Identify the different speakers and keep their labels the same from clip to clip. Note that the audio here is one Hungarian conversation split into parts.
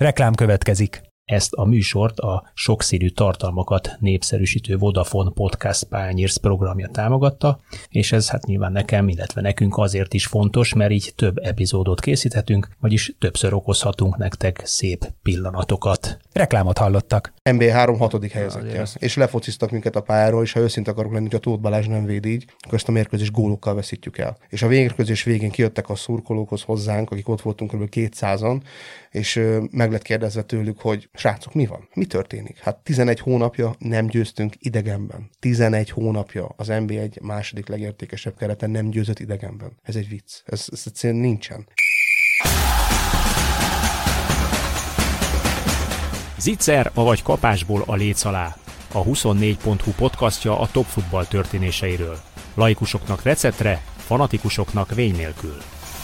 Speaker 1: Reklám következik. Ezt a műsort a sokszínű tartalmakat népszerűsítő Vodafone Podcast Pioneers programja támogatta, és ez hát nyilván nekem, illetve nekünk azért is fontos, mert így több epizódot készíthetünk, vagyis többször okozhatunk nektek szép pillanatokat. Reklámot hallottak.
Speaker 2: NBA 6. helyezettje. És lefociztak minket a pályáról, és ha őszinte akarok lenni, hogy a Tóth Balázs nem véd így, akkor ezt a mérkőzés gólokkal veszítjük el. És a mérkőzés végén kijöttek a szurkolókhoz hozzánk, akik ott voltunk kb. 200-an, és meg lett kérdezve tőlük, hogy srácok, mi van? Mi történik? Hát 11 hónapja nem győztünk idegenben. 11 hónapja az NBA egy második legértékesebb kereten nem győzött idegenben. Ez egy vicc. Ez egyszerűen nincsen.
Speaker 1: Zicser, avagy kapásból a léc alá. A 24.hu podcastja a top futball történéseiről. Laikusoknak receptre, fanatikusoknak vény nélkül.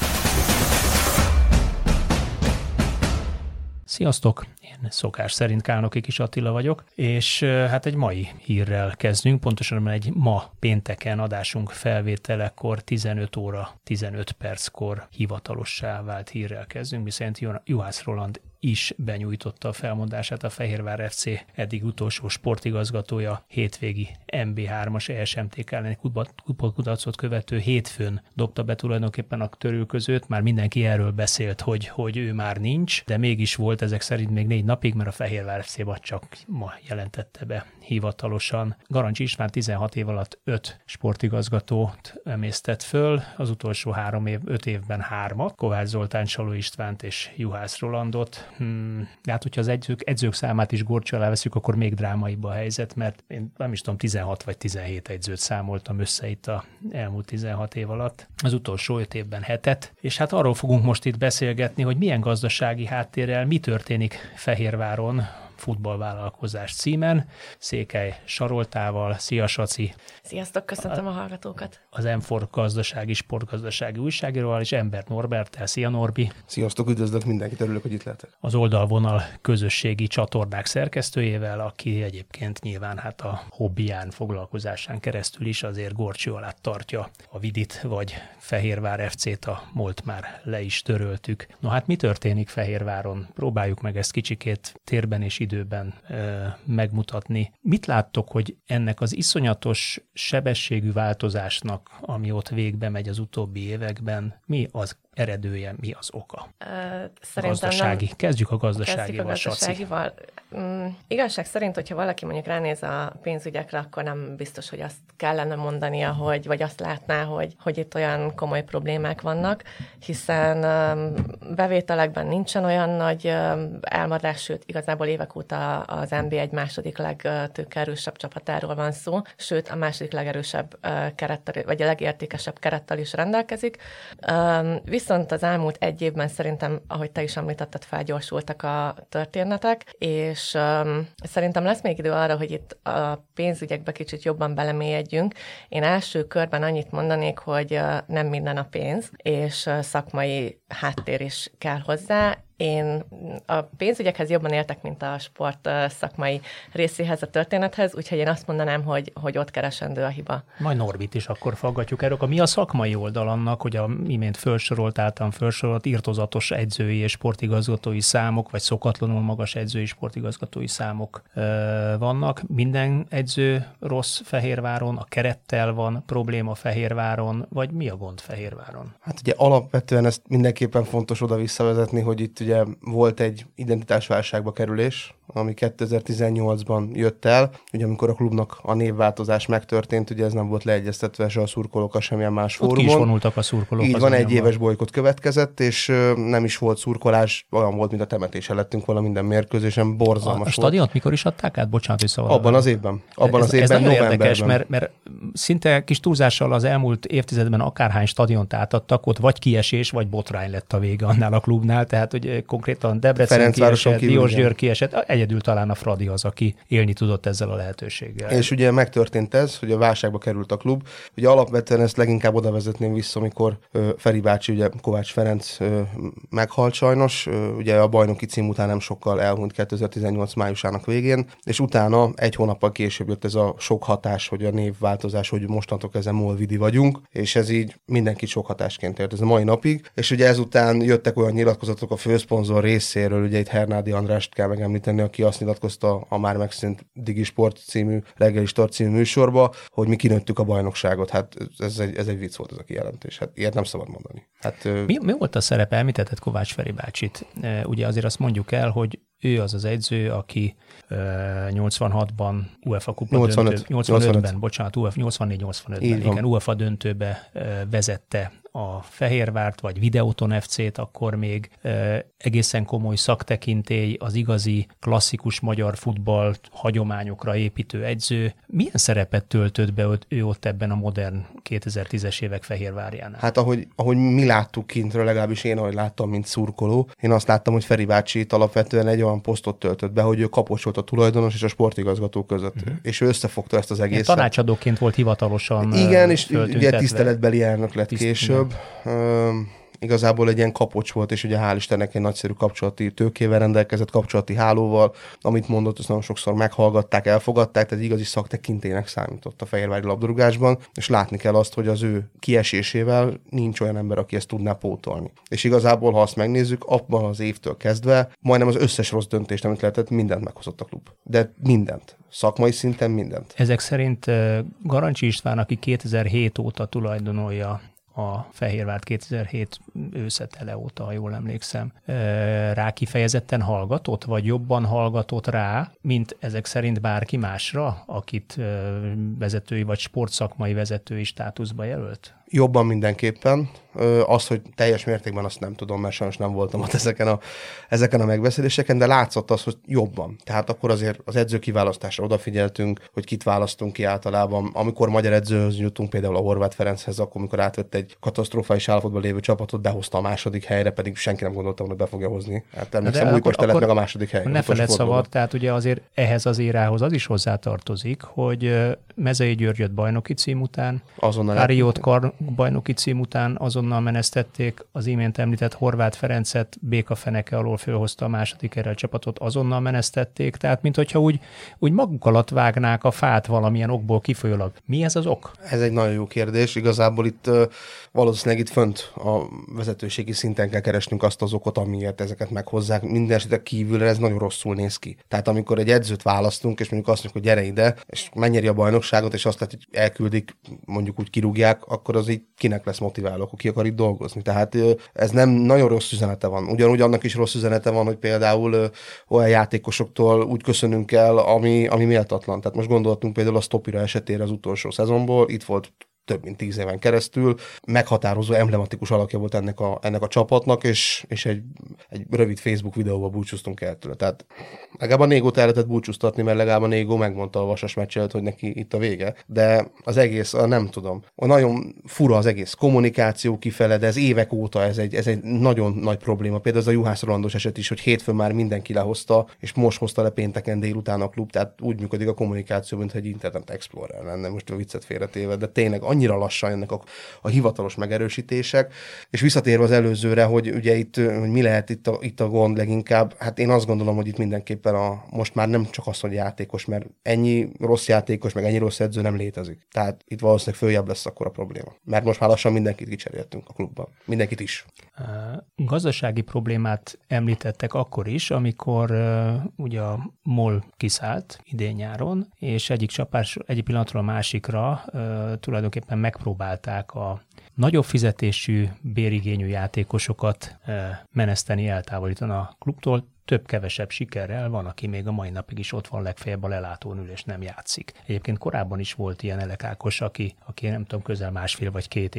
Speaker 1: Sziasztok! Én szokás szerint Kálnoki Kis Attila vagyok, és hát egy mai hírrel kezdünk, pontosan egy ma pénteken adásunk felvételekor 15 óra 15 perckor hivatalossá vált hírrel kezdünk, miszerint Juhász Roland is benyújtotta a felmondását, a Fehérvár FC eddig utolsó sportigazgatója hétvégi MB3-as ESMTK elleni kudarcot követő hétfőn dobta be tulajdonképpen a törülközőt. Már mindenki erről beszélt, hogy ő már nincs, de mégis volt ezek szerint még 4 napig, mert a Fehérvár FC csak ma jelentette be hivatalosan. Garancs István 16 év alatt 5 sportigazgatót emésztett föl, az utolsó 5 évben 3-at, Kovács Zoltán, Saló Istvánt és Juhász Rolandot. De hát, hogyha az edzők számát is górcső alá veszük, akkor még drámaibb a helyzet, mert én nem is tudom, 16 vagy 17 edzőt számoltam össze itt a elmúlt 16 év alatt. Az utolsó 5 évben 7-et, és hát arról fogunk most itt beszélgetni, hogy milyen gazdasági háttérrel, mi történik Fehérváron, futballvállalkozás címen, Székely Saroltával. Szia, Saci!
Speaker 3: Sziasztok, köszöntöm a hallgatókat! Az
Speaker 1: M4 gazdasági, sportgazdasági újságíróval és Embert Norberttel. Szia, Norbi!
Speaker 2: Sziasztok, üdvözlök mindenkit, örülök, hogy itt lehetek.
Speaker 1: Az Oldalvonal közösségi csatornák szerkesztőjével, aki egyébként nyilván hát a hobbiján, foglalkozásán keresztül is azért górcső alá tartja a Vidit vagy Fehérvár FC-t, a múlt már le is töröltük. No hát mi történik Fehérváron? Próbáljuk meg ezt kicsikét térben és időben megmutatni. Mit láttok, hogy ennek az iszonyatos sebességű változásnak, ami ott végbe megy az utóbbi években, mi az eredője, mi az oka? Gazdasági. Kezdjük a gazdaságival, Saci.
Speaker 3: Igazság szerint, hogyha valaki mondjuk ránéz a pénzügyekre, akkor nem biztos, hogy azt kellene mondania, vagy azt látná, hogy itt olyan komoly problémák vannak, hiszen bevételekben nincsen olyan nagy elmaradás, sőt, igazából évek óta az NBA egy második legtőkeerősebb csapatáról van szó, sőt, a második legerősebb kerettel, vagy a legértékesebb kerettel is rendelkezik. Viszont az elmúlt 1 évben szerintem, ahogy te is említetted, felgyorsultak a történetek, és szerintem lesz még idő arra, hogy itt a pénzügyekbe kicsit jobban belemélyedjünk. Én első körben annyit mondanék, hogy nem minden a pénz, és szakmai háttér is kell hozzá. Én a pénzügyekhez jobban értek, mint a sport szakmai részéhez, a történethez, úgyhogy én azt mondanám, hogy ott keresendő a hiba.
Speaker 1: Majd Norbit is akkor faggatjuk erről. Mi a szakmai oldal annak, hogy a imént felsorolt irtozatos edzői és sportigazgatói számok, vagy szokatlanul magas edzői és sportigazgatói számok vannak? Minden edző rossz Fehérváron, a kerettel van probléma Fehérváron, vagy mi a gond Fehérváron?
Speaker 2: Hát ugye alapvetően ezt mindenképpen fontos oda visszavezetni, hogy itt ugye volt egy identitásválságba kerülés, ami 2018-ban jött el, ugye amikor a klubnak a névváltozás megtörtént, ugye ez nem volt leegyeztetve se a szurkolókkal, semmilyen más fórumon.
Speaker 1: Ott ki is vonultak a szurkolók.
Speaker 2: Így van, 1 éves bolykott következett, és nem is volt szurkolás, olyan volt, mint a temetés előttünk volna minden mérkőzésen, borzalmas volt.
Speaker 1: A stadiont mikor is adták át? Bocsánat, hogy szabad.
Speaker 2: Abban az évben.
Speaker 1: Ez nagyon érdekes, mert szinte kis túlzással az elmúlt évtizedben akárhány stadiont átadtak, ott vagy kiesés, vagy botrány lett a vége annál a klubnál, tehát hogy konkrétan Debrecen kiesett, Diósgyőr kiesett, egyedül talán a Fradi az, aki élni tudott ezzel a lehetőséggel.
Speaker 2: És ugye megtörtént ez, hogy a válságba került a klub. Ugye alapvetően ezt leginkább oda vezetném vissza, amikor Feri bácsi, ugye Kovács Ferenc meghalt sajnos, ugye a bajnoki cím után nem sokkal elhunyt 2018 májusának végén, és utána 1 hónappal később jött ez a sok hatás, hogy a névváltozás, hogy mostantól kezdve Molvidi vagyunk, és ez így mindenkit sok hatásként ért ez a mai napig, és ugye ezután jöttek olyan nyilatkozatok a szponzor részéről, ugye itt Hernádi Andrást kell megemlíteni, aki azt nyilatkozta a már megszűnt Digi Sport című, reggeli Start című műsorba, hogy mi kinőttük a bajnokságot. Hát ez egy vicc volt ez a kijelentés. Hát ilyet nem szabad mondani. Hát,
Speaker 1: mi volt a szerepe? Említetted Kovács Feri bácsit. Ugye azért azt mondjuk el, hogy ő az edző, aki 86-ban UEFA kupa 85-ben, bocsánat, 84-85-ben, igen, UEFA döntőbe vezette a Fehérvárt, vagy Videoton FC-t, akkor még egészen komoly szaktekintély, az igazi klasszikus magyar futball hagyományokra építő edző. Milyen szerepet töltött be ő ott ebben a modern 2010-es évek Fehérvárjánál?
Speaker 2: Hát ahogy mi láttuk kintről, legalábbis én, ahogy láttam, mint szurkoló, én azt láttam, hogy Feri bácsi alapvetően egy olyan posztot töltött be, hogy ő kapocs volt a tulajdonos és a sportigazgató között. És ő összefogta ezt az egészet.
Speaker 1: Tanácsadóként volt hivatalosan.
Speaker 2: Igen, és ugye tiszteletbeli elnök lett később. Igazából egy ilyen kapocs volt, és ugye hál' Istennek egy nagyszerű kapcsolati tőkével rendelkezett, kapcsolati hálóval, amit mondott, azt nagyon sokszor meghallgatták, elfogadták, tehát igazi szaktekintélynek számított a fehérvári labdarúgásban, és látni kell azt, hogy az ő kiesésével nincs olyan ember, aki ezt tudná pótolni. És igazából, ha azt megnézzük, abban az évtől kezdve majdnem az összes rossz döntést, amit lehetett, mindent meghozott a klub. De mindent. Szakmai szinten mindent.
Speaker 1: Ezek szerint Garancsi István, aki 2007 óta tulajdonolja a Fehérvárt 2007 őszetele óta, ha jól emlékszem, rá kifejezetten hallgatott, vagy jobban hallgatott rá, mint ezek szerint bárki másra, akit vezetői vagy sportszakmai vezetői státuszba jelölt?
Speaker 2: Jobban mindenképpen. Az, hogy teljes mértékben azt nem tudom, mert sajnos nem voltam ott ezeken a megbeszéléseken, de látszott az, hogy jobban. Tehát akkor azért az edzőkiválasztásra odafigyeltünk, hogy kit választunk ki általában. Amikor magyar edzőhöz jutunk, például a Horváth Ferenchez, akkor amikor átvett egy katasztrofális állapotban lévő csapatot, behozta a második helyre, pedig senki nem gondolta, hogy be fogja hozni. Hát emlékszem, Újpest lett meg a második hely.
Speaker 1: Ne feledd szabad, tehát ugye azért ehhez az érához az is hozzátartozik, hogy Mezei György jött bajnoki cím után, Káriót bajnoki cím után azonnal menesztették, az imént említett Horváth Ferencet békafeneke alól fölhozta a második erre csapatot, azonnal menesztették, tehát minthogyha úgy maguk alatt vágnák a fát valamilyen okból kifolyólag. Mi ez az ok?
Speaker 2: Ez egy nagyon jó kérdés. Igazából itt valószínűleg itt fönt a vezetőségi szinten kell keresnünk azt az okot, amiért ezeket meghozzák. Minden esetre kívülre ez nagyon rosszul néz ki. Tehát amikor egy edzőt választunk, és mondjuk azt mondjuk, hogy gyere ide, és megnyeri a bajnokságot, és azt lehet, hogy elküldik, mondjuk úgy kirúgják, akkor az így kinek lesz motiváló, akkor ki akar itt dolgozni. Tehát ez nem nagyon rossz üzenete van. Ugyanúgy annak is rossz üzenete van, hogy például olyan játékosoktól úgy köszönünk el, ami méltatlan. Tehát most gondoltunk például a Stopira esetére az utolsó szezonból, itt volt több mint 10 éven keresztül, meghatározó, emblematikus alakja volt ennek a csapatnak, és egy rövid Facebook videóval búcsúztunk el tőle. Tehát legalább a Négót el lehetett búcsúztatni, mert legalább a Négó megmondta a Vasas meccselt, hogy neki itt a vége. De az egész, nem tudom, nagyon fura az egész kommunikáció kifele, de ez évek óta ez egy nagyon nagy probléma. Például ez a Juhász Rolandos eset is, hogy hétfőn már mindenki lehozta, és most hozta le pénteken délután a klub, tehát úgy működik a kommunikáció, mint egy Internet Explorer lenne, most a viccet félretéve, de tényleg annyira lassan jönnek a hivatalos megerősítések, és visszatérve az előzőre, hogy ugye itt hogy mi lehet itt a gond leginkább, hát én azt gondolom, hogy itt mindenképpen most már nem csak az, hogy játékos, mert ennyi rossz játékos, meg ennyi rossz edző nem létezik. Tehát itt valószínűleg följebb lesz akkor a probléma. Mert most már lassan mindenkit kicseréltünk a klubban. Mindenkit is.
Speaker 1: Gazdasági problémát említettek akkor is, amikor ugye a MOL kiszállt idén nyáron, és egyik pillanatról a másikra tulajdonképpen megpróbálták a nagyobb fizetésű, bérigényű játékosokat meneszteni, eltávolítani a klubtól. Több-kevesebb sikerrel, van, aki még a mai napig is ott van legfeljebb a lelátón ül, és nem játszik. Egyébként korábban is volt ilyen Elek Ákos, aki nem tudom, közel másfél vagy két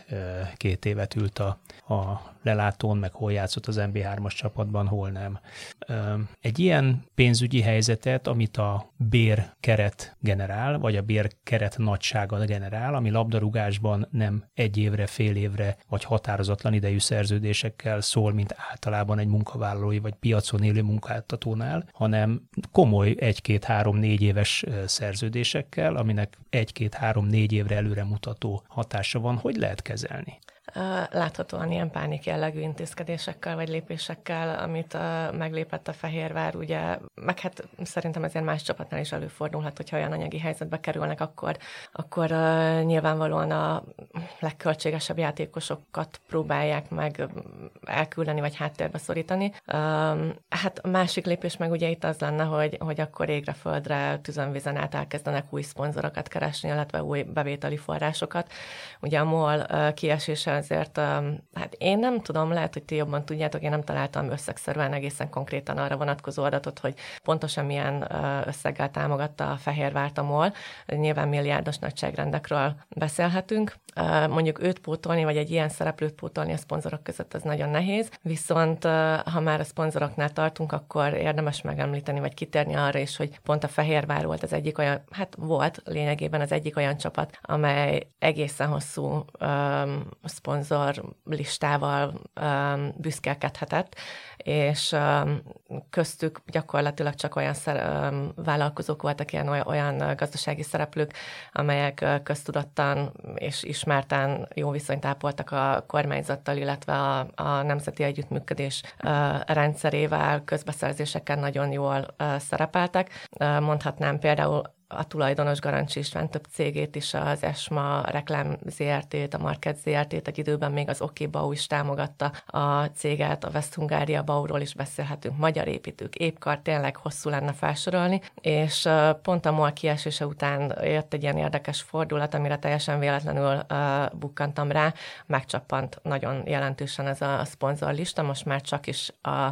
Speaker 1: évet ült a lelátón, meg hol játszott az MB3-as csapatban, hol nem. Egy ilyen pénzügyi helyzetet, amit a bérkeret generál, vagy a bérkeret nagysága generál, ami labdarúgásban nem egy évre, fél évre, vagy határozatlan idejű szerződésekkel szól, mint általában egy munkavállalói vagy piacon élő munkáltatónál, hanem komoly 1-2-3-4 éves szerződésekkel, aminek 1-2-3-4 évre előre mutató hatása van. Hogy lehet kezelni?
Speaker 3: Láthatóan ilyen pánik jellegű intézkedésekkel vagy lépésekkel, amit meglépett a Fehérvár, ugye, meg hát szerintem ezért más csapatnál is előfordulhat, hogyha olyan anyagi helyzetbe kerülnek, akkor nyilvánvalóan a legköltségesebb játékosokat próbálják meg elküldeni, vagy háttérbe szorítani. Hát a másik lépés meg ugye itt az lenne, hogy akkor égre földre, tüzön vizen át elkezdenek új szponzorokat keresni, illetve új bevételi forrásokat. Ugye a MOL kiesése azért, hát én nem tudom, lehet, hogy ti jobban tudjátok, én nem találtam összegszerűen egészen konkrétan arra vonatkozó adatot, hogy pontosan milyen összeggel támogatta a Fehérvárt a MOL. Nyilván milliárdos nagyságrendekről beszélhetünk. Mondjuk őt pótolni, vagy egy ilyen szereplőt pótolni a szponzorok között az nagyon nehéz, viszont ha már a szponzoroknál tartunk, akkor érdemes megemlíteni, vagy kitérni arra is, hogy pont a Fehérvár volt az egyik olyan, hát volt lényegében az egyik olyan csapat, amely egészen hosszú szponzor listával büszkélkedhetett, és köztük gyakorlatilag csak olyan vállalkozók voltak, olyan gazdasági szereplők, amelyek köztudottan és ismerten jó viszonyt ápoltak a kormányzattal, illetve a nemzeti együttműködés rendszerével, közbeszerzéseken nagyon jól szerepeltek. Mondhatnám például a tulajdonos Garancsi István több cégét is, az ESMA Reklám ZRT-t, a Market ZRT-t, egy időben még az OK Bau is támogatta a céget, a West Hungária Bauról is beszélhetünk, magyar építők, Épkar, tényleg hosszú lenne felsorolni, és pont a MOL kiesése után jött egy ilyen érdekes fordulat, amire teljesen véletlenül bukkantam rá, megcsappant nagyon jelentősen ez a szponzorlista, most már csak is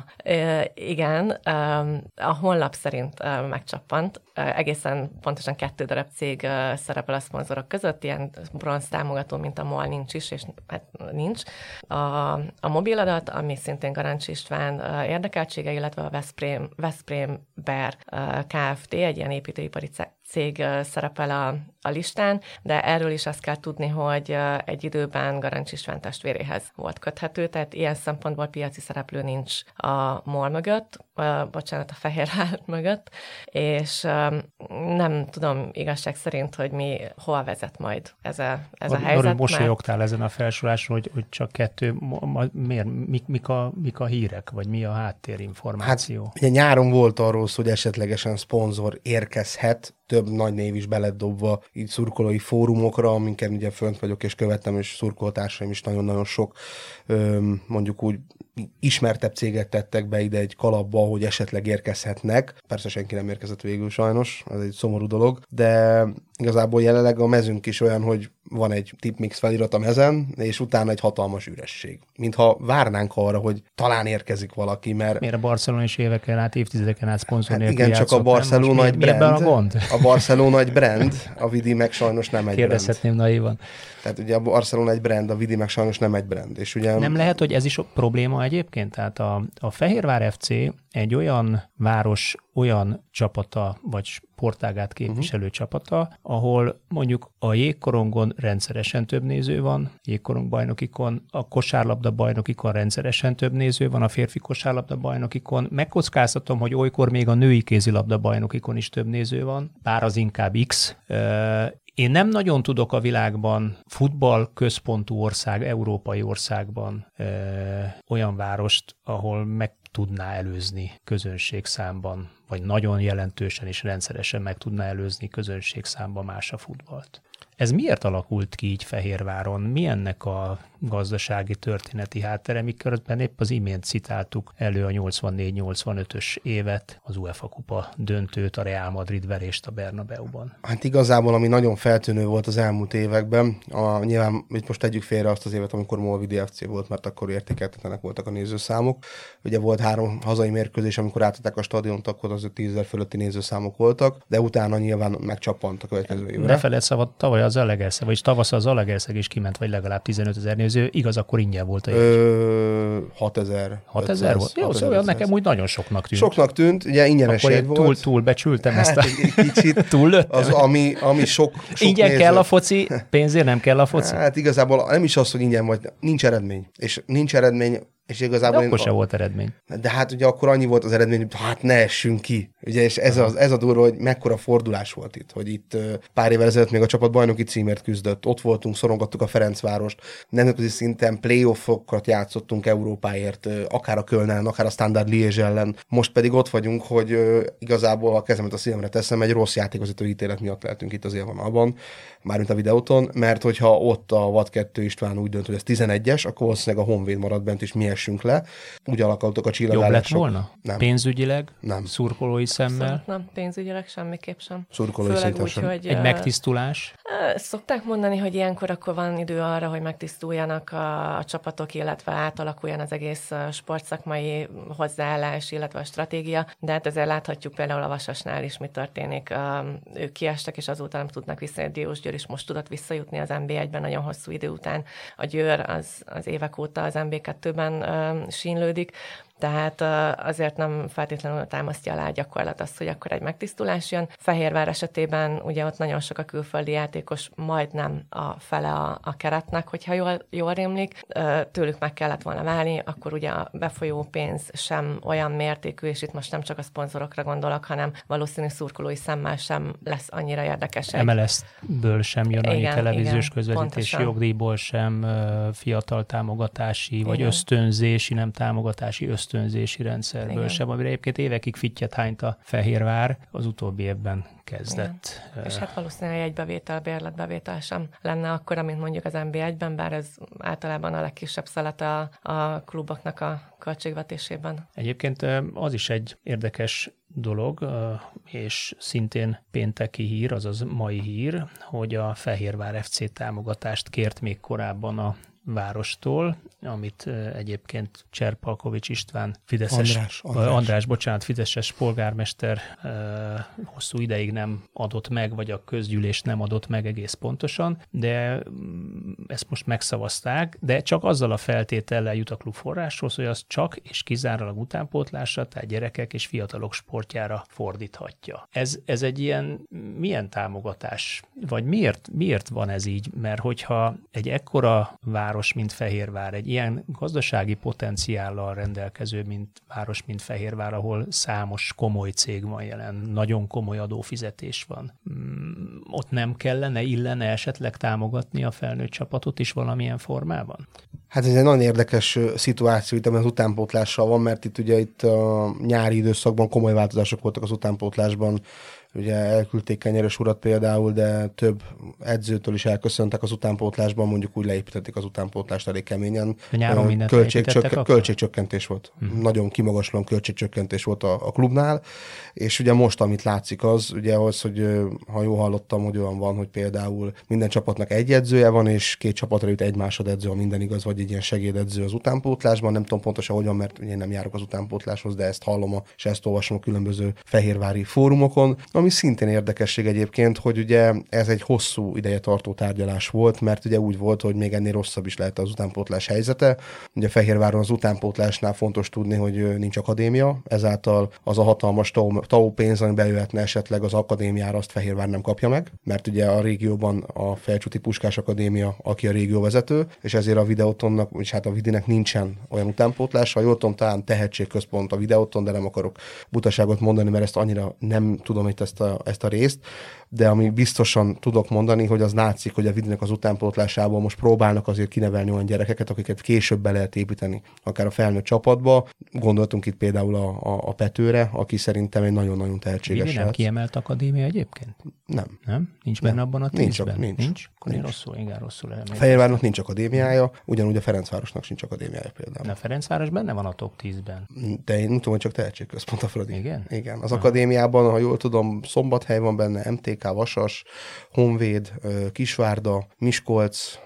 Speaker 3: a honlap szerint megcsappant, egészen pontosan 2 darab cég szerepel a szponzorok között, ilyen bronz támogató, mint a MOL nincs is, és hát nincs. A mobiladat, ami szintén Garancsi István érdekeltsége, illetve a Veszprém Ber Kft., egy ilyen építőipari cég szerepel a listán, de erről is azt kell tudni, hogy egy időben Garancsi István testvéréhez volt köthető, tehát ilyen szempontból piaci szereplő nincs a MOL mögött, a Fehérvár mögött, és nem tudom igazság szerint, hogy hol vezet majd ez a helyzet.
Speaker 1: Mosolyogtál ezen a felsoroláson, hogy csak 2, miért? Mik a hírek, vagy mi a háttérinformáció?
Speaker 2: Hát ugye nyáron volt arról szó, hogy esetlegesen szponzor érkezhet, több nagy név is beledobva így szurkolói fórumokra, aminken ugye fönt vagyok és követtem, és szurkoltársaim is nagyon-nagyon sok mondjuk úgy ismertebb céget tettek be ide egy kalapba, hogy esetleg érkezhetnek. Persze senki nem érkezett végül sajnos, ez egy szomorú dolog, de igazából jelenleg a mezünk is olyan, hogy van egy tipmix felirat a mezen, és utána egy hatalmas üresség. Mintha várnánk arra, hogy talán érkezik valaki, mert...
Speaker 1: Miért a Barcelona is éveken át, évtizedeken át szponzor nélkül
Speaker 2: igen, csak a Barcelona egy brand.
Speaker 1: A gond?
Speaker 2: A Barcelona egy brand, a Vidi meg sajnos nem egy
Speaker 1: Kérdezhetném naívan.
Speaker 2: Tehát ugye a Barcelona egy brand, a Vidi meg sajnos nem egy brand. És ugye...
Speaker 1: Nem lehet, hogy ez is probléma egyébként? Tehát a Fehérvár FC egy olyan város, olyan csapata, vagy sportágát képviselő csapata, ahol mondjuk a jégkorongon rendszeresen több néző van, jégkorong bajnokikon, a kosárlabda bajnokikon rendszeresen több néző van, a férfi kosárlabda bajnokikon. Megkockáztatom, hogy olykor még a női kézilabda bajnokikon is több néző van, bár az inkább X. Én nem nagyon tudok a világban futball központú ország, európai országban olyan várost, ahol meg tudná előzni közönségszámban, vagy nagyon jelentősen és rendszeresen meg tudná előzni közönségszámban más a futballt. Ez miért alakult ki így Fehérváron? Mi ennek a gazdasági történeti háttere, miközben épp az imént citáltuk elő a 84-85-ös évet, az UEFA kupa döntőt, a Real Madrid verést a Bernabeuban?
Speaker 2: Hát igazából, ami nagyon feltűnő volt az elmúlt években, nyilván itt most tegyük félre azt az évet, amikor MOL Vidi FC volt, mert akkor értékeltetlenek voltak a nézőszámok. Ugye volt 3 hazai mérkőzés, amikor átadták a stadiont, akkor az 10 000 fölötti nézőszámok voltak, de utána nyilván megcsappant a következő évre.
Speaker 1: Ne feledd szabad, tavaly az Zalaegerszeg, vagyis tavasz az Zalaegerszeg is kiment, vagy legalább 15 000 néző, igaz, akkor ingyen volt a jegy.
Speaker 2: 6 000.
Speaker 1: 6 000 volt? Jó, szóval nekem úgy nagyon soknak tűnt.
Speaker 2: Soknak tűnt, ugye ingyenes jegy volt.
Speaker 1: Túl becsültem ezt a...
Speaker 2: Kicsit.
Speaker 1: Túllőttem.
Speaker 2: Az, ami sok
Speaker 1: ingyen
Speaker 2: néző.
Speaker 1: kell a foci, pénzért nem kell a foci.
Speaker 2: Hát igazából nem is az, hogy ingyen vagy, nincs eredmény. És nincs eredmény, és igazából...
Speaker 1: De akkor se volt eredmény.
Speaker 2: De hát ugye akkor annyi volt az eredmény, hogy hát ne essünk ki. Ugye, és ez a durva, hogy mekkora fordulás volt itt, hogy itt pár évvel ezelőtt még a csapat bajnoki címért küzdött, ott voltunk, szorongattuk a Ferencvárost, nemzetközi szinten play-offokat játszottunk Európáért, akár a Kölnen, akár a Standard Liège ellen, most pedig ott vagyunk, hogy igazából a kezemet a szívemre teszem, egy rossz játékvezető ítélet miatt lehetünk itt az élvonalban, mármint a videóton, mert hogyha ott a Vad 2 István úgy dönt, hogy ez 11-es, akkor valószínűleg a Honvéd marad bent, és mi essünk le. Úgy alakultak a csillagállások.
Speaker 1: Jobb lett volna?
Speaker 2: Nem.
Speaker 1: Pénzügyileg?
Speaker 2: Nem.
Speaker 1: Szurkolói szemmel?
Speaker 3: Abszolút nem, pénzügyileg semmiképp sem.
Speaker 2: Szurkolói szinten sem.
Speaker 3: Hogy,
Speaker 1: egy megtisztulás?
Speaker 3: Szokták mondani, hogy ilyenkor akkor van idő arra, hogy megtisztuljanak a csapatok, illetve átalakuljon az egész sportszakmai hozzáállás, illetve a stratégia, de hát ezért láthatjuk például a Vasasnál is, mi történik. Ők kiestek, és azóta nem tudnak visszajönni. Diósgyőr is most tudott visszajutni az NB1-ben nagyon hosszú idő után. A Győr az évek óta az NB2-ben sínlődik, tehát azért nem feltétlenül támasztja alá a gyakorlat azt, hogy akkor egy megtisztulás jön. Fehérvár esetében ugye ott nagyon sok a külföldi játékos, majdnem a fele a keretnek, hogyha jól rémlik. Tőlük meg kellett volna válni, akkor ugye a befolyó pénz sem olyan mértékű, és itt most nem csak a szponzorokra gondolok, hanem valószínű szurkolói szemmel sem lesz annyira érdekes.
Speaker 1: MLS-ből sem jön annyi televíziós közvetítés,
Speaker 3: pontosan.
Speaker 1: jogdíjból sem, fiatal támogatási, vagy ösztönzési, nem támogatási, ösztönzési rendszerből sem, amire egyébként évekig fittyet hányt a Fehérvár, az utóbbi évben kezdett.
Speaker 3: Igen. És hát valószínűleg egy bevétel, bérletbevétel sem lenne akkora, mint mondjuk az NB1-ben, bár ez általában a legkisebb szalat a kluboknak a költségvetésében.
Speaker 1: Egyébként az is egy érdekes dolog, és szintén pénteki hír, azaz mai hír, hogy a Fehérvár FC támogatást kért még korábban a várostól, amit egyébként Cserpalkovics István Fideszes polgármester hosszú ideig nem adott meg, vagy a közgyűlés nem adott meg egész pontosan, de ezt most megszavazták, de csak azzal a feltétellel jut a klub forráshoz, hogy az csak és kizárólag utánpótlásra, tehát gyerekek és fiatalok sportjára fordíthatja. Ez egy milyen támogatás? Vagy miért van ez így? Mert hogyha egy ekkora város, mint Fehérvár, egy ilyen gazdasági potenciállal rendelkező város, mint Fehérvár, ahol számos komoly cég van jelen, nagyon komoly adófizetés van. Ott nem illene esetleg támogatni a felnőtt csapatot is valamilyen formában?
Speaker 2: Hát ez egy nagyon érdekes szituáció itt, ami az utánpótlással van, mert itt a nyári időszakban komoly változások voltak az utánpótlásban. Ugye elküldték Kenyeres urat például, de több edzőtől is elköszöntek az utánpótlásban, mondjuk úgy leépítették az utánpótlást elég keményen.
Speaker 1: Nyáron mindent
Speaker 2: költségcsökkentés volt. Nagyon kimagaslóan költségcsökkentés volt a klubnál, és ugye most, amit látszik az, ugye az, hogy ha jól hallottam, hogy olyan van, hogy például minden csapatnak egy edzője van, és 2 csapatra jut egy másodedző, ha minden igaz, vagy egy ilyen segédedző az utánpótlásban. Nem tudom pontosan, hogy van, mert én nem járok az utánpótláshoz, de ezt hallom és ezt olvasom a különböző fehérvári fórumokon. Ami szintén érdekesség egyébként, hogy ugye ez egy hosszú ideje tartó tárgyalás volt, mert ugye úgy volt, hogy még ennél rosszabb is lehet az utánpótlás helyzete. Ugye Fehérváron az utánpótlásnál fontos tudni, hogy nincs akadémia, ezáltal az a hatalmas TAO pénz, ami bejöhetne esetleg az akadémiára, azt Fehérvár nem kapja meg, mert ugye a régióban a Felcsúti Puskás Akadémia, aki a régió vezető, és ezért a Videótonnak, és hát a Vidinek nincsen olyan utánpótlása. Jól tudom, talán tehetségközpont a Videóton, de nem akarok butaságot mondani, mert ezt annyira nem tudom itt ezt a részt, de ami biztosan tudok mondani, hogy az látszik, hogy a Vidinek az utánpótlásából most próbálnak azért kinevelni olyan gyerekeket, akiket később be lehet építeni, akár a felnőtt csapatba. Gondoltunk itt például a Petőre, aki szerintem egy nagyon-nagyon tehetséges.
Speaker 1: Vidi nem kiemelt akadémia egyébként?
Speaker 2: Nem.
Speaker 1: Nincs benne abban a 10-ben?
Speaker 2: Nincs.
Speaker 1: Akkor én rosszul emlékszem.
Speaker 2: Fehérvárnak nincs akadémiája, ugyanúgy a Ferencvárosnak sincs akadémiája például.
Speaker 1: A Ferencváros benne van a top 10-ben.
Speaker 2: De én tudom, hogy csak tehetségközpont a Fradi.
Speaker 1: Igen?
Speaker 2: Az akadémiában, ha jól tudom, Szombathely van benne, MTK, Vasas, Honvéd, Kisvárda, Miskolc,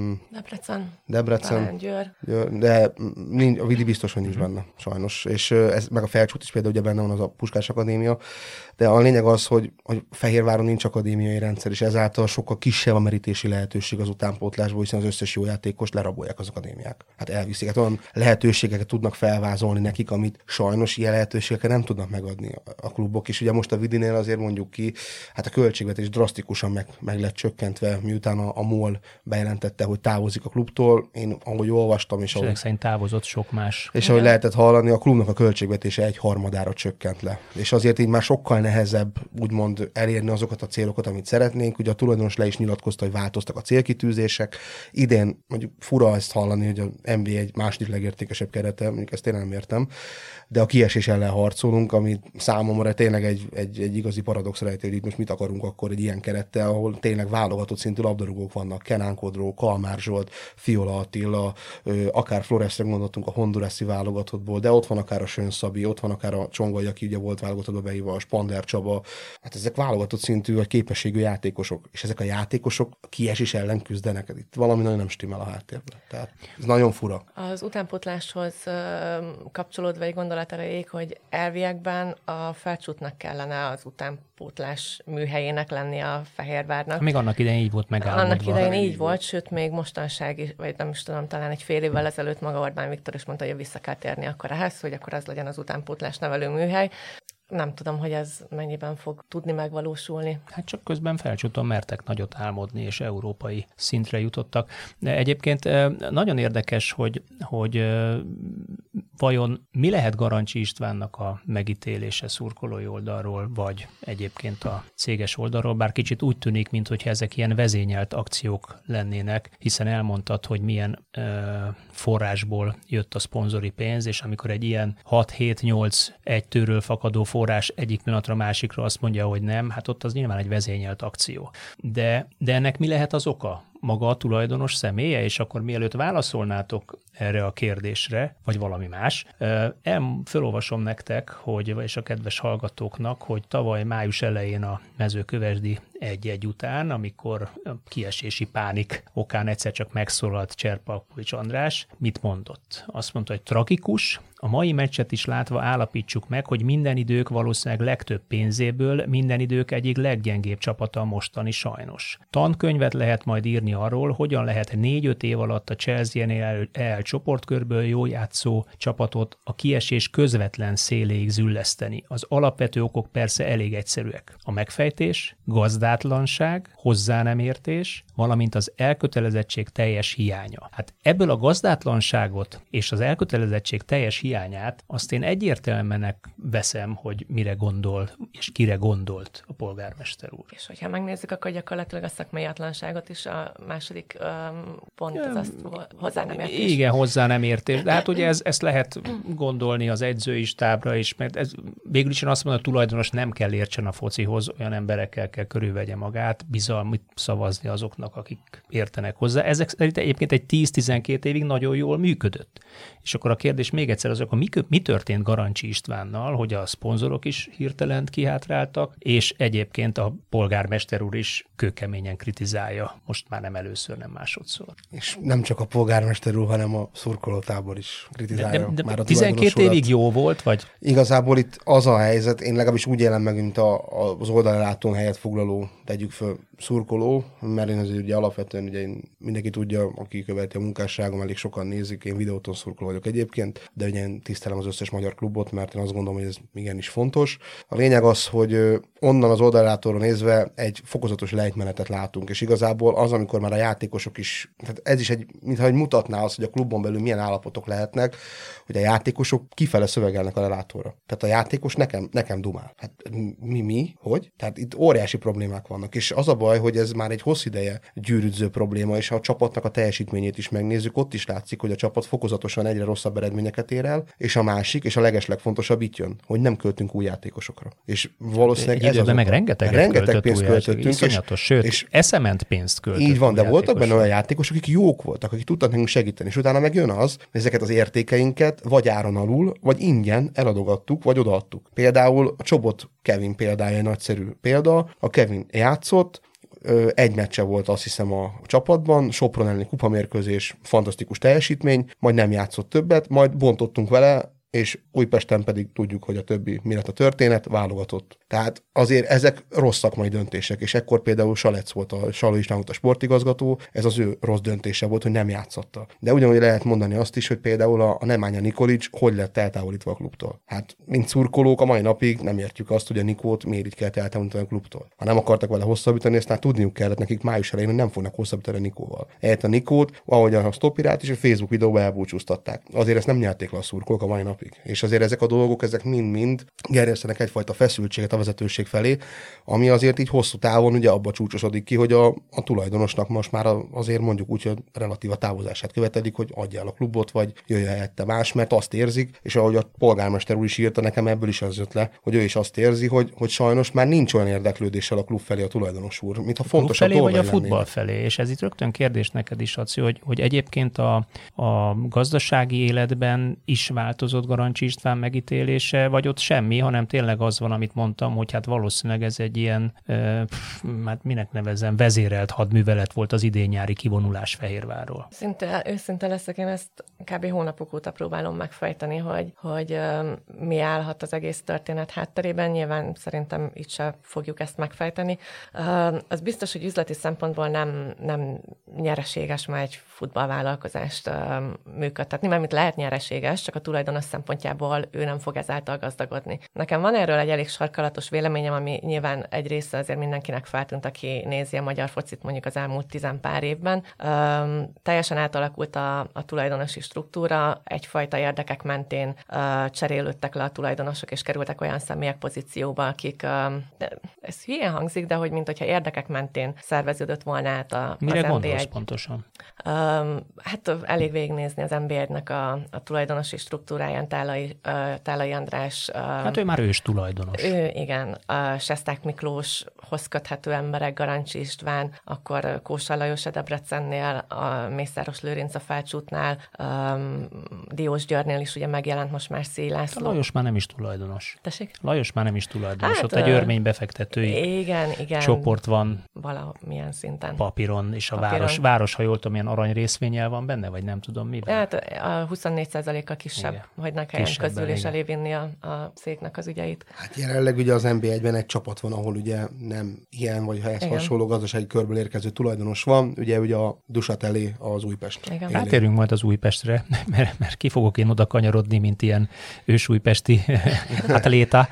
Speaker 2: Debrecen,
Speaker 3: Győr.
Speaker 2: De a Vidi biztos, hogy nincs benne, sajnos. És ez, meg a Felcsút is például ugye benne van az a Puskás Akadémia, de a lényeg az, hogy Fehérváron nincs akadémiai rendszer, és ezáltal sokkal kisebb a merítési lehetőség az utánpótlásból, hiszen az összes jó játékost lerabolják az akadémiák. Hát elviszik. Hát olyan lehetőségeket tudnak felvázolni nekik, amit sajnos ilyen lehetőségeket nem tudnak megadni a klubok. És ugye most a Vidinél mert azért mondjuk ki, hát a költségvetés drasztikusan meg lett csökkentve, miután a MOL bejelentette, hogy távozik a klubtól. Én ahogy olvastam, és
Speaker 1: ezek szerint távozott sok más.
Speaker 2: És ahogy lehetett hallani, a klubnak a költségvetése 1/3 csökkent le. És azért így már sokkal nehezebb úgymond elérni azokat a célokat, amit szeretnénk. Ugye a tulajdonos le is nyilatkozta, hogy változtak a célkitűzések. Idén mondjuk fura ezt hallani, hogy a NBA egy második legértékesebb kerete, mondjuk ezt én nem értem, de a kiesés ellen harcolunk, ami számomra tényleg egy igazi paradox rejtő, hogy most mit akarunk akkor egy ilyen kerettel, ahol tényleg válogatott szintű labdarúgók vannak, Kenan Kodró, Kalmár Zsolt, Fiola Attila, akár Floresre gondoltunk a hondurasi válogatottból, de ott van akár a Sön Szabi, ott van akár a Csongai, aki ugye volt válogatottba beívva, a Spander Csaba. Hát ezek válogatott szintű vagy képességű játékosok, és ezek a játékosok a kiesés ellen küzdenek. Itt valami nagyon nem stimmel a háttérben. Tehát ez nagyon fura.
Speaker 3: Az utánpótláshoz kapcsolódva egy gondolat erejéig, hogy elviekben a Felcsútnak kellene az utánpótlás műhelyének lenni a Fehérvárnak.
Speaker 1: Még annak idején így volt megálmodva.
Speaker 3: Annak idején így volt, sőt még mostanság is, vagy nem is tudom, talán egy fél évvel ezelőtt maga Orbán Viktor is mondta, hogy vissza kell térni akkor ehhez, hogy akkor az legyen az utánpótlás nevelő műhely. Nem tudom, hogy ez mennyiben fog tudni megvalósulni.
Speaker 1: Hát csak közben Felcsúton mertek nagyot álmodni, és európai szintre jutottak. De egyébként nagyon érdekes, hogy vajon mi lehet Garancsi Istvánnak a megítélése szurkolói oldalról, vagy egyébként a céges oldalról, bár kicsit úgy tűnik, mintha ezek ilyen vezényelt akciók lennének, hiszen elmondtad, hogy milyen forrásból jött a szponzori pénz, és amikor egy ilyen 6-7-8 egytőről fakadó forrás egyik pillanatra másikra azt mondja, hogy nem, hát ott az nyilván egy vezényelt akció. De ennek mi lehet az oka? Maga a tulajdonos személye, és akkor mielőtt válaszolnátok erre a kérdésre, vagy valami más, felolvasom nektek, és a kedves hallgatóknak, hogy tavaly május elején a Mezőkövesdi 1-1 után, amikor a kiesési pánik okán egyszer csak megszólalt Cserpalkovics András, mit mondott? Azt mondta, hogy tragikus, a mai meccset is látva állapítsuk meg, hogy minden idők valószínűleg legtöbb pénzéből minden idők egyik leggyengébb csapata mostani sajnos. Tankönyvet lehet majd írni arról, hogyan lehet 4-5 év alatt a Chelsea-nél EL csoportkörből jól játszó csapatot a kiesés közvetlen széléig zülleszteni. Az alapvető okok persze elég egyszerűek. A megfejtés, gazdátlanság, hozzá nem értés, valamint az elkötelezettség teljes hiánya. Hát ebből a gazdátlanságot és az elkötelezettség teljes hiányát azt én egyértelműen veszem, hogy mire gondol és kire gondolt a polgármester úr.
Speaker 3: És hogyha megnézzük, akkor gyakorlatilag a szakmaiatlanságot is a második pont az azt hozzá nem értés.
Speaker 1: Igen, hozzá nem értés. De hát ugye ezt lehet gondolni az edzői stábra is, mert ez végül is azt mondom, a tulajdonos nem kell értsen a focihoz, olyan emberekkel kell körülvegye magát, bizalmit szavazni azoknak, akik értenek hozzá. Ezek szerint egyébként egy 10-12 évig nagyon jól működött. És akkor a kérdés még egyszer az, akkor mi történt Garancsi Istvánnal, hogy a szponzorok is hirtelen kihátráltak, és egyébként a polgármester úr is kőkeményen kritizálja, most már nem először, nem másodszor.
Speaker 2: És nem csak a polgármester úr, hanem a szurkolótábor is kritizálja.
Speaker 1: De már a 12 évig jó volt, vagy?
Speaker 2: Igazából itt az a helyzet, én legalábbis úgy élem meg, mint az oldalrátón helyet foglaló, tegyük föl, szurkoló, mert én azért ugye alapvetően ugye mindenki tudja, aki követi a munkásságom, elég sokan nézik, én videóton szurkoló vagyok egyébként, de ugye én tisztelem az összes magyar klubot, mert én azt gondolom, hogy ez igenis fontos. A lényeg az, hogy onnan az oldalrátóról nézve egy fokozatos lejtmenetet látunk, és igazából az, amikor már a játékosok is, tehát ez is mintha mutatná azt, hogy a klubon belül milyen állapotok lehetnek, hogy a játékosok kifele szövegelnek a lelátóra. Tehát a játékos nekem dumál. Hát mi? Hogy? Tehát itt óriási problémák vannak, és az a baj, hogy ez már egy hosszú ideje gyűrűdző probléma, és ha a csapatnak a teljesítményét is megnézzük, ott is látszik, hogy a csapat fokozatosan egyre rosszabb eredményeket ér el, és a másik, és a legeslegfontosabb itt jön, hogy nem költünk új játékosokra. És valószínűleg
Speaker 1: ez az, meg rengeteg pénzt költöttünk, sőt, és eszement pénzt költöttünk.
Speaker 2: Így van, de voltak benne olyan játékosok, akik jók voltak, akik tudtak nekünk segíteni, és utána meg jön az, hogy ezeket az értékeinket vagy áron alul, vagy ingyen eladogattuk, vagy odaadtuk. Például a Csobot Kevin példája egy nagyszerű példa. A Kevin játszott, egy meccse volt azt hiszem a csapatban, Sopron elleni kupamérkőzés, fantasztikus teljesítmény, majd nem játszott többet, majd bontottunk vele, és Újpesten pedig tudjuk, hogy a többi mi lett a történet, válogatott. Tehát azért ezek rossz szakmai döntések, és ekkor például Salec volt Saló István volt a sportigazgató, ez az ő rossz döntése volt, hogy nem játszotta. De ugyanúgy lehet mondani azt is, hogy például a Nemanja Nikolić hogy lett eltávolítva a klubtól. Hát, mint szurkolók a mai napig nem értjük azt, hogy a Nikót miért így kellett eltávolítani a klubtól. Ha nem akartak vele hosszabbítani, aztán tudniuk kellett nekik május elején, hogy nem fognak hosszabbítani a Nikóval. Ehhez a Nikót, ahogyan a Sztopirát és a Facebook videóban elbúcsúztatták. Azért ezt nem nyerték le a szurkolók a mai napig. És azért ezek a dolgok, ezek mind-mind gerjesztenek egyfajta feszültséget a vezetőség felé, ami azért így hosszú távon ugye abba csúcsosodik ki, hogy a tulajdonosnak most már azért mondjuk úgy, hogy relatív a távozását követelik, hogy adja el a klubot, vagy jöjjön helyette más, mert azt érzik, és ahogy a polgármester úr is írta, nekem ebből is az jött le, hogy ő is azt érzi, hogy sajnos már nincs olyan érdeklődéssel a klub felé a tulajdonos úr, mintha fontosabb
Speaker 1: dolgai vagy a
Speaker 2: lennének.
Speaker 1: futball felé, és ez itt rögtön kérdés neked is, Laci, hogy egyébként a gazdasági életben is változott Garancsi István megítélése, vagy ott semmi, hanem tényleg az van, amit mondtam, hogy hát valószínűleg ez egy ilyen, hát minek nevezzem, vezérelt hadművelet volt az idén nyári kivonulás Fehérvárról.
Speaker 3: Őszinte leszek, én ezt kb. Hónapok óta próbálom megfejteni, hogy mi állhat az egész történet hátterében. Nyilván szerintem itt sem fogjuk ezt megfejteni. Az biztos, hogy üzleti szempontból nem nyereséges már egy futballvállalkozást működtetni, mert lehet nyereséges, csak a tulajdonos szempontjából ő nem fog ezáltal gazdagodni. Nekem van erről egy elég sarkalatos véleményem, ami nyilván egy része azért mindenkinek feltűnt, aki nézi a magyar focit mondjuk az elmúlt 10 pár évben. Teljesen átalakult a tulajdonosi struktúra, egyfajta érdekek mentén cserélődtek le a tulajdonosok, és kerültek olyan személyek pozícióba, akik, ez hülyén hangzik, de hogy mint hogyha érdekek mentén szerveződött volna át
Speaker 1: Mire
Speaker 3: az
Speaker 1: gondolsz
Speaker 3: NB1.
Speaker 1: Pontosan?
Speaker 3: Hát elég végignézni az NB1-nek a tulajdonosi struktúráján, Tálai András.
Speaker 1: Hát ő már ős tulajdonos.
Speaker 3: Igen, Sesták Miklóshoz köthető emberek, Garancsi István, akkor Kósa Lajos a Debrecennél, a Mészáros Lőrinc a Felcsútnál, Diós Györgynél is ugye megjelent most már Szély László.
Speaker 1: Lajos már nem is tulajdonos.
Speaker 3: Tessék?
Speaker 1: Lajos már nem is tulajdonos.
Speaker 3: Hát,
Speaker 1: ott egy örmény befektetői
Speaker 3: igen.
Speaker 1: csoport van
Speaker 3: Valamilyen szinten.
Speaker 1: papíron, és a város, ha jól tudom, ilyen arany részvényel van benne, vagy nem tudom miben.
Speaker 3: Hát a 24%-kal kisebb, igen, hogy ne kelljen közülés elé vinni a cégnek az ügyeit.
Speaker 2: Hát jelenleg ugye az NB1-ben egy csapat van, ahol ugye nem ilyen vagy ehhez hasonló gazdasági körből érkező tulajdonos van, ugye a Dusat elé az Újpest.
Speaker 1: Rátérünk majd az Újpestre, mert ki fogok én oda kanyarodni, mint ilyen ősújpesti atléta.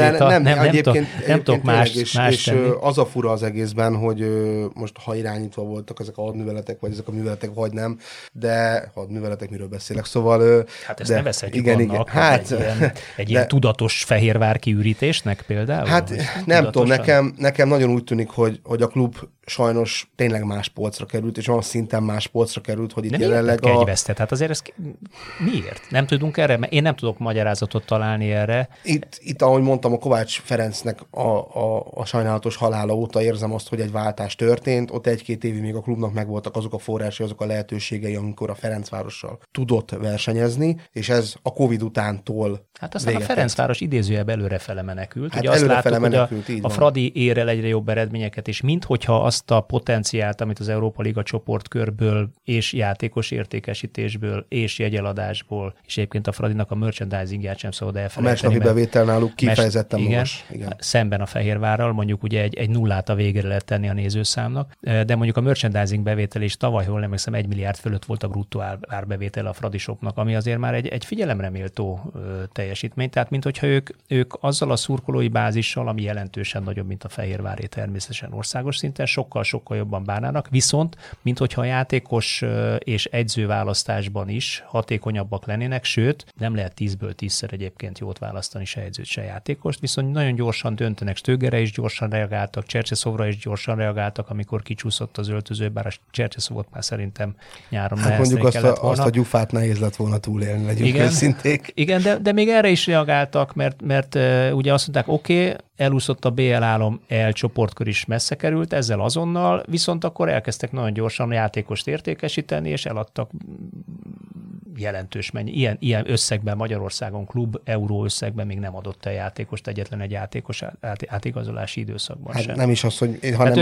Speaker 1: Nem tudok más
Speaker 2: és
Speaker 1: tenni.
Speaker 2: az a fura az egészben, hogy most ha irányítva voltak ezek a hadműveletek, vagy ezek a műveletek, vagy nem, de hadműveletek, miről beszélek, szóval...
Speaker 1: Hát ezt nevezhetjük annak,
Speaker 2: hát,
Speaker 1: egy ilyen tudatos Fehérvár kiürítésnek például?
Speaker 2: Hát nem tudom, nekem nagyon úgy tűnik, hogy a klub sajnos tényleg más polcra került, és olyan szinten más polcra került, hogy itt jelenleg
Speaker 1: kegyvesztett? Hát azért ez miért? Nem tudunk erre? Mert én nem tudok magyarázatot találni erre.
Speaker 2: Itt ahogy mondtam, a Kovács Ferencnek a sajnálatos halála óta érzem azt, hogy egy váltás történt. Ott 1-2 évig még a klubnak megvoltak azok a forrásai, azok a lehetőségei, amikor a Ferencvárossal tudott versenyezni, és ez a Covid utántól
Speaker 1: hát aztán a Ferencváros idézőjebb előrefele menekült.
Speaker 2: Hát
Speaker 1: ugye azt láttuk,
Speaker 2: menekült,
Speaker 1: hogy a Fradi ér el egyre jobb eredményeket, és minthogyha azt a potenciált, amit az Európa Liga csoportkörből és játékos értékesítésből és jegyeladásból, és egyébként a Fradinak a merchandisingját sem szabad elfelejteni.
Speaker 2: A meccsnapi bevétel náluk kifejezetten magas.
Speaker 1: Igen. Szemben a Fehérvárral mondjuk ugye egy nullát a végére lehet tenni a nézőszámnak, de mondjuk a merchandising bevétel is tavaly, hol nem hiszem, 1 milliárd fölött volt a bruttó árbevétel a Fradisoknak, ami azért már egy figyelemre méltó teljesítmény. Tehát minthogyha ők azzal a szurkolói bázissal, ami jelentősen nagyobb, mint a Fehérváré természetesen országos szinten, sokkal jobban bánnának, viszont minthogyha a játékos és edzőválasztásban is hatékonyabbak lennének, sőt, nem lehet 10-ből 10-szer egyébként jót választani se edzőt, se játékost, viszont nagyon gyorsan döntenek. Stögerre is gyorsan reagáltak, Csercseszovra is gyorsan reagáltak, amikor kicsúszott az öltöző, bár a Csercseszovot már szerintem nyáron
Speaker 2: mondjuk azt a gyufát nehéz lett volna túlélni, legyünk őszinték.
Speaker 1: Igen, de még erre is reagáltak, mert ugye azt mondták, oké, elúszott a BL álom, csoportkör is messze került, ezzel azonnal, viszont akkor elkezdtek nagyon gyorsan a játékost értékesíteni, és eladtak jelentős mennyi. Ilyen összegben Magyarországon klub, euró összegben még nem adott el játékost egyetlen egy játékos átigazolási időszakban sem.
Speaker 2: Nem is az, hogy...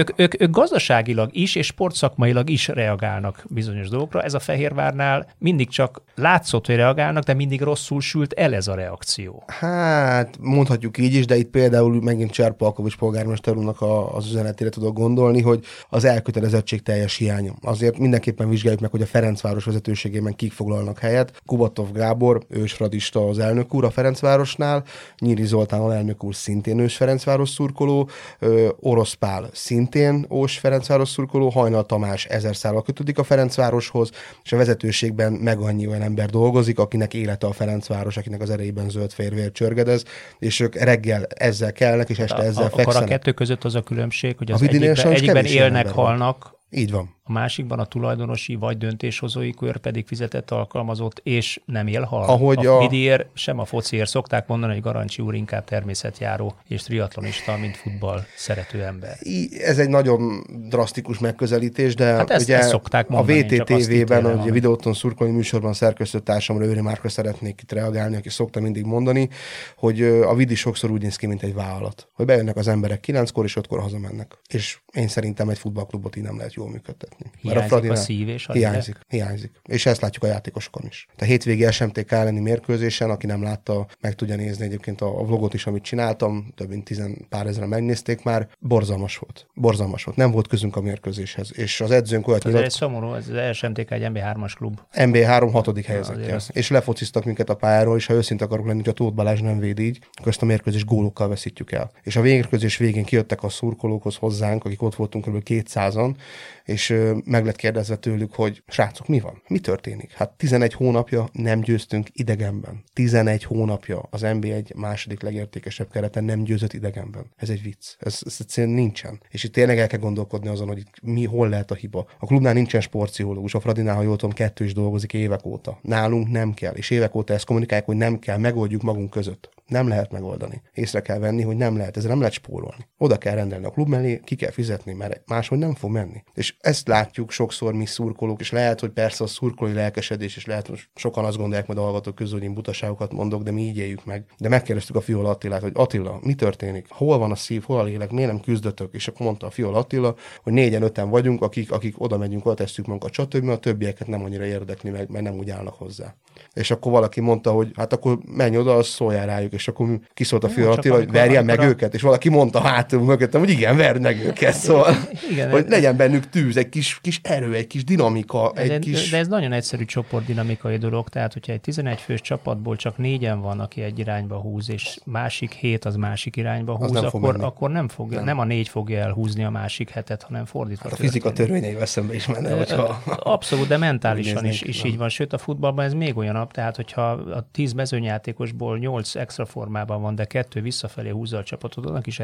Speaker 1: Ők gazdaságilag is és sportszakmailag is reagálnak bizonyos dolgokra. Ez a Fehérvárnál mindig csak látszott, hogy reagálnak, de mindig rosszul sült el ez a reakció.
Speaker 2: Hát mondhatjuk így is, de itt például megint Cserpalkovics polgármester úrnak az üzenetére tudok gondolni, hogy az elkötelezettség teljes hiánya. Azért mindenképpen vizsgáljuk meg, hogy a Ferencváros vezetőségében kik foglalnak helyet. Kubatov Gábor, ősradista az elnök úr a Ferencvárosnál, Nyíri Zoltán a elnök úr szintén ős Ferencváros szurkoló, Orosz Pál szintén ős Ferencváros szurkoló, Hajnal Tamás 1000 szállal kötődik a Ferencvároshoz, és a vezetőségben meg annyi olyan ember dolgozik, akinek élete a Ferencváros, akinek az erejében zöld-fehér vér csörgedez, és ők reggel ezzel kelnek, és este ezzel fekszenek.
Speaker 1: Akkor a kettő között az a különbség, hogy az egyikben élnek, halnak,
Speaker 2: így van.
Speaker 1: A másikban a tulajdonosi vagy döntéshozói kör pedig fizetett alkalmazott, és nem él hal.
Speaker 2: Ahogy
Speaker 1: a vidiért, sem a fociért szokták mondani, hogy Garancsi úr inkább természetjáró és triatlonista, mint futball szerető ember.
Speaker 2: Ez egy nagyon drasztikus megközelítés, de
Speaker 1: hát ezt szokták mondani,
Speaker 2: a VTTV-ben, a Videóton szurkolói műsorban szerkesztő társamra, Őri Márkra szeretnék itt reagálni, aki szokta mindig mondani, hogy a vidi sokszor úgy néz ki, mint egy vállalat. Hogy bejönnek az emberek 9-kor és 5-kor hazamennek. És én szerintem egy futballklubot így nem lehet jól működtetni.
Speaker 1: Hiányzik a szív és a
Speaker 2: hiányzik. És ezt látjuk a játékosokon is. A hétvégi SMTK elleni mérkőzésen, aki nem látta, meg tudja nézni egyébként a vlogot is, amit csináltam, több mint 10 pár ezeren megnézték már, borzalmas volt. Nem volt közünk a mérkőzéshez. És az edzőnk olyat
Speaker 1: nyilat... Ez szomorú, az SMTK egy MB3-as klub.
Speaker 2: MB3 6. helyezettje. És lefociztak minket a pályáról, és ha őszinte akarok lenni, hogy a Tóth Balázs nem véd így, akkor ezt a mérkőzést gólokkal veszítjük el. És a mérkőzés végén kijöttek a szurkolókhoz hozzánk, akik ott voltunk kb. 200-an, és meg lett kérdezve tőlük, hogy srácok, mi van? Mi történik? Hát 11 hónapja nem győztünk idegenben. 11 hónapja az NB1 második legértékesebb kereten nem győzött idegenben. Ez egy vicc. Ez egyszerűen nincsen. És itt tényleg el kell gondolkodni azon, hogy itt hol lehet a hiba. A klubnál nincsen sportpszichológus, a Fradinál, ha jól tudom, 2 is dolgozik évek óta. Nálunk nem kell, és évek óta ezt kommunikálják, hogy nem kell, megoldjuk magunk között. Nem lehet megoldani. Észre kell venni, hogy nem lehet, ezzel nem lehet spórolni. Oda kell rendelni a klub mellé, ki kell fizetni, mert máshogy nem fog menni. És ezt látjuk sokszor mi szurkolók, és lehet, hogy persze a szurkolói lelkesedés, és lehet, hogy sokan azt gondolják, majd a hallgatók közül, hogy én butaságokat mondok, de mi így éljük meg. De megkérdeztük a Fiola Attilát, hogy Attila, mi történik? Hol van a szív, hol a lélek, miért nem küzdötök? És akkor mondta a Fiola Attila, hogy 4-5-en vagyunk, akik oda megyünk, oda tesszük magunkat, stb. A többieket nem annyira érdekli meg, mert nem úgy állnak hozzá. És akkor valaki mondta, hogy hát akkor menj oda, szóljál rájuk, és akkor kiszólt a Fiola Attila, hogy verjen meg őket, és valaki mondta hátul mögöttem, hogy igen, verd meg őket, szóval, igen, hogy legyen bennük tűz, egy kis erő, egy kis dinamika.
Speaker 1: De ez nagyon egyszerű csoportdinamikai dolog, tehát hogyha egy 11 fős csapatból csak 4-en van, aki egy irányba húz, és másik 7 az másik irányba húz, akkor nem fogja, nem a 4 fogja elhúzni a másik hetet, hanem fordítva.
Speaker 2: Hát a fizika törvényeivel szembe is menne, hogyha...
Speaker 1: Abszolút, de mentálisan is így van. Sőt, a futballban ez még olyanabb, tehát hogyha a 10 mezőnyjátékosból 8 extra formában van, de 2 visszafelé húzza a csapatot, annak is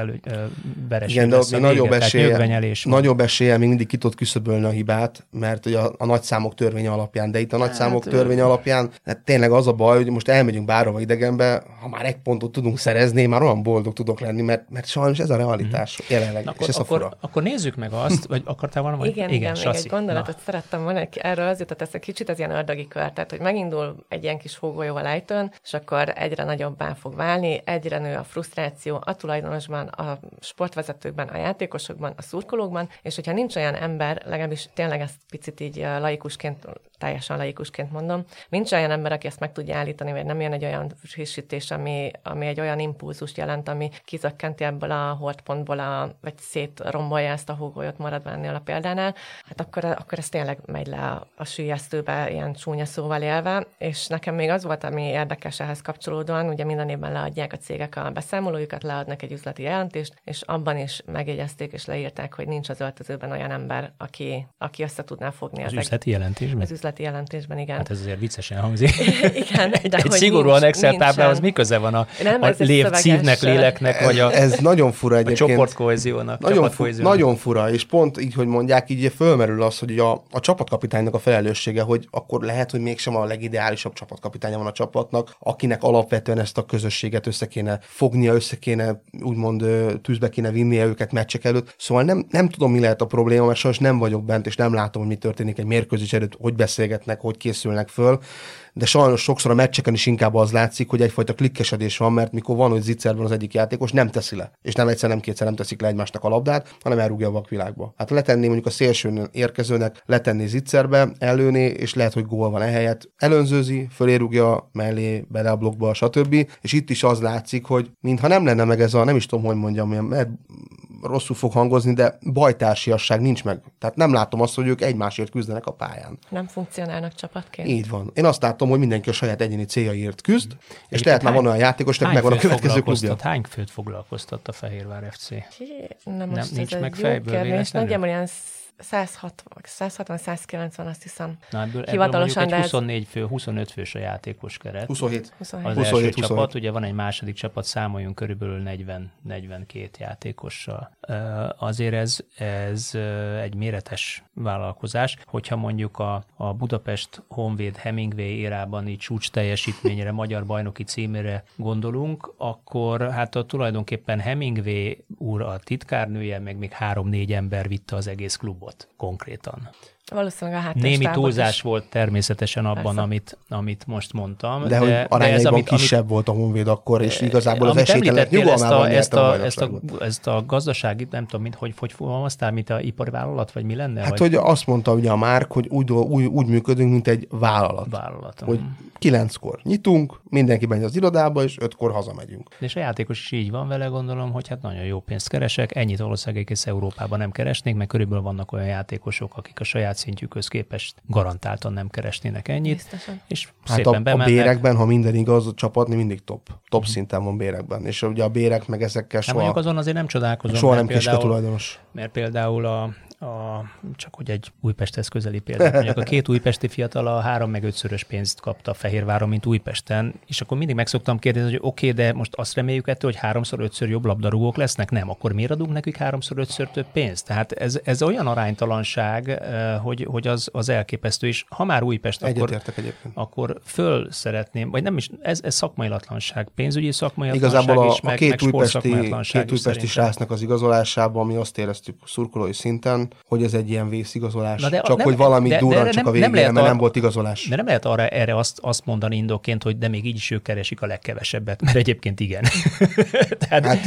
Speaker 1: vereség lesz a vége,
Speaker 2: nagyobb eséllyel még mindig ki tud küszöbölni a hibát, mert ugye a nagyszámok törvénye alapján, de itt a nagyszámok törvénye alapján hát tényleg az a baj, hogy most elmegyünk bárhova idegenbe, ha már egy pontot tudunk szerezni, már olyan boldog tudok lenni, mert sajnos ez a realitás jelenleg.
Speaker 1: Akkor nézzük meg azt, vagy akartál valami?
Speaker 3: Igen, még egy gondolatot szerettem volna, erről az jutott eszembe, kicsit az ilyen ördögi kör, tehát hogy megindul egy ilyen kis hógolyóval ejtőn, és akkor egyre nagyobbá fog válni, egyre nő a frusztráció a tulajdonosban, a sportvezetőkben, a játékosokban, a szurkolókban, és hogyha nincs olyan ember, legalábbis tényleg ezt picit így teljesen laikusként mondom, nincs olyan ember, aki ezt meg tudja állítani, vagy nem jön egy olyan frissítés, ami egy olyan impulzust jelent, ami kizökkenti ebből a hordpontból, vagy szétrombolja ezt a hógolyót, maradva ennél a példánál, hát akkor ez tényleg megy le a süllyesztőbe, ilyen csúnya szóval élve, és nekem még az volt, ami érdekes ehhez kapcsolódóan, ugye minden évben leadják a cégek a beszámolójukat, leadnak egy üzleti jelentést, és abban is megjegyezték és leírták, hogy nincs az öltözőben olyan ember, aki össze tudná fogni
Speaker 1: az üzleti jelentésben?
Speaker 3: Az üzleti jelentésben, igen.
Speaker 1: Hát ez azért viccesen hangzik.
Speaker 3: Igen, de
Speaker 1: egy szigorúan Excel táblához mi köze van a szívnek, léleknek, vagy
Speaker 2: ez nagyon fura egyébként.
Speaker 1: A csoportkohéziónak.
Speaker 2: Nagyon fura, és pont így, hogy mondják, így fölmerül az, hogy a csapatkapitánynak a felelőssége, hogy akkor lehet, hogy mégsem a legideálisabb csapatkapitánya van a csapatnak, akinek alapvetően ezt a közösséget össze kéne fognia, össze kéne, úgymond tűzbe kéne vinnie őket meccsek előtt. Szóval nem tudom, mi lehet a probléma, mert sajnos nem vagyok bent, és nem látom, hogy mi történik egy mérkőzés előtt, hogy beszélgetnek, hogy készülnek föl. De sajnos sokszor a meccseken is inkább az látszik, hogy egyfajta klikkesedés van, mert mikor van, hogy zicserben az egyik játékos nem teszi le. És nem egyszer, nem kétszer nem teszik le egymásnak a labdát, hanem elrúgja a vakvilágba. Hát letenné mondjuk a szélsőn érkezőnek, letenné zicserbe, ellőné, és lehet, hogy gól van ehelyett. Elönzőzi, fölérúgja mellé, bele a blokkba, stb. És itt is az látszik, hogy mintha nem lenne meg ez a, nem is tudom, hogy mondjam, mert rosszul fog hangozni, de bajtársiasság nincs meg. Tehát nem látom azt, hogy ők egymásért küzdenek a pályán.
Speaker 3: Nem funkcionálnak csapatként.
Speaker 2: Így van. Én azt látom, hogy mindenki a saját egyéni céljaiért küzd, és lehet már van olyan játékosnak, megvan a következő klubja.
Speaker 1: Hány főt foglalkoztat a Fehérvár FC?
Speaker 3: Nem
Speaker 1: nincs meg fejből véletlenül?
Speaker 3: Nagyjából ilyen 160-190, azt hiszem.
Speaker 1: Na, ebből
Speaker 3: hivatalosan,
Speaker 1: egy 24 fő, 25 fős a játékos keret.
Speaker 2: 27.
Speaker 1: Az első csapat, ugye van egy második csapat, számoljunk körülbelül 40-42 játékossal. Azért ez egy méretes vállalkozás, hogyha mondjuk a Budapest Honvéd Hemingway érában így csúcs teljesítményre, magyar bajnoki címére gondolunk, akkor hát tulajdonképpen Hemingway úr a titkárnője, meg még 3-4 ember vitte az egész klubot konkrétan.
Speaker 3: Valószínűleg a
Speaker 1: némi túlzás volt természetesen abban, amit most mondtam.
Speaker 2: De hogy arányaiban kisebb volt a Honvéd akkor, és igazából az esélytelenek nyugalmával nyerte a bajnokságot.
Speaker 1: Ezt a gazdasági, nem tudom, hogy fogalmaztál, mint a ipari vagy mi lenne?
Speaker 2: Hát, hogy azt mondta ugye a Márk, hogy úgy működünk, mint egy vállalat. Hogy 9-kor nyitunk, mindenki megy az irodába, és 5-kor hazamegyünk.
Speaker 1: És a játékos is így van vele, gondolom, hogy hát nagyon jó pénzt keresek, ennyit valószínűleg egész Európában nem keresnék, mert körülbelül vannak olyan játékosok, akik a saját szintjükhöz képest garantáltan nem keresnének ennyit.
Speaker 3: Biztosan.
Speaker 1: És
Speaker 2: hát
Speaker 1: szépen bemennek.
Speaker 2: A bérekben, ha minden igaz, a csapatni mindig top szinten van bérekben. És ugye a bérek meg ezekkel soha...
Speaker 1: mondjuk azon azért nem csodálkozom.
Speaker 2: Soha nem kiska tulajdonos.
Speaker 1: Mert például csak hogy egy Újpesthez közeli példa. Mondjuk a két újpesti fiatal a 3 meg 5-szörös pénzt kapta Fehérváron, mint Újpesten, és akkor mindig meg szoktam kérdezni, hogy oké, de most azt reméljük ettől, hogy 3-5-ször jobb labdarúgók lesznek? Nem, akkor miért adunk nekik 3-5-ször több pénzt? Tehát ez olyan aránytalanság, hogy az elképesztő, és ha már Újpest, akkor föl szeretném, vagy nem is, ez szakmailatlanság, pénzügyi szakmailatlanság
Speaker 2: igazából
Speaker 1: is,
Speaker 2: a két újpesti srácnak az igazolásában mi azt éreztük szurkolói szinten, hogy ez egy ilyen vészigazolás. Csak hogy valami durran csak a végén, mert nem volt igazolás.
Speaker 1: De nem lehet erre azt mondani indokként, hogy de még így is ők keresik a legkevesebbet, mert egyébként igen.
Speaker 2: Tehát,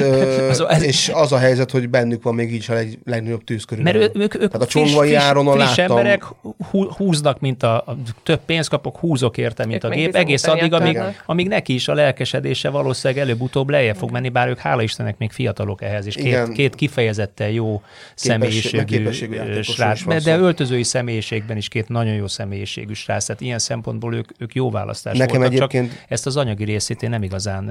Speaker 2: és az a helyzet, hogy bennük van még így is a legnagyobb tűzkörül.
Speaker 1: Mert ők
Speaker 2: tehát a Csongvai áronon láttam.
Speaker 1: Emberek húznak, mint több pénzt kapok, húzok érte, mint ők a gép, egész addig, amíg neki is a lelkesedése valószínűleg előbb-utóbb lejjebb fog menni, bár ők hála Istennek még fiatalok ehhez, és két kifejezetten jó személyiségű srác, de öltözői személyiségben is két nagyon jó személyiségű srác, tehát ilyen szempontból ők jó választás voltak, egyébként... csak ezt az anyagi részét én nem igazán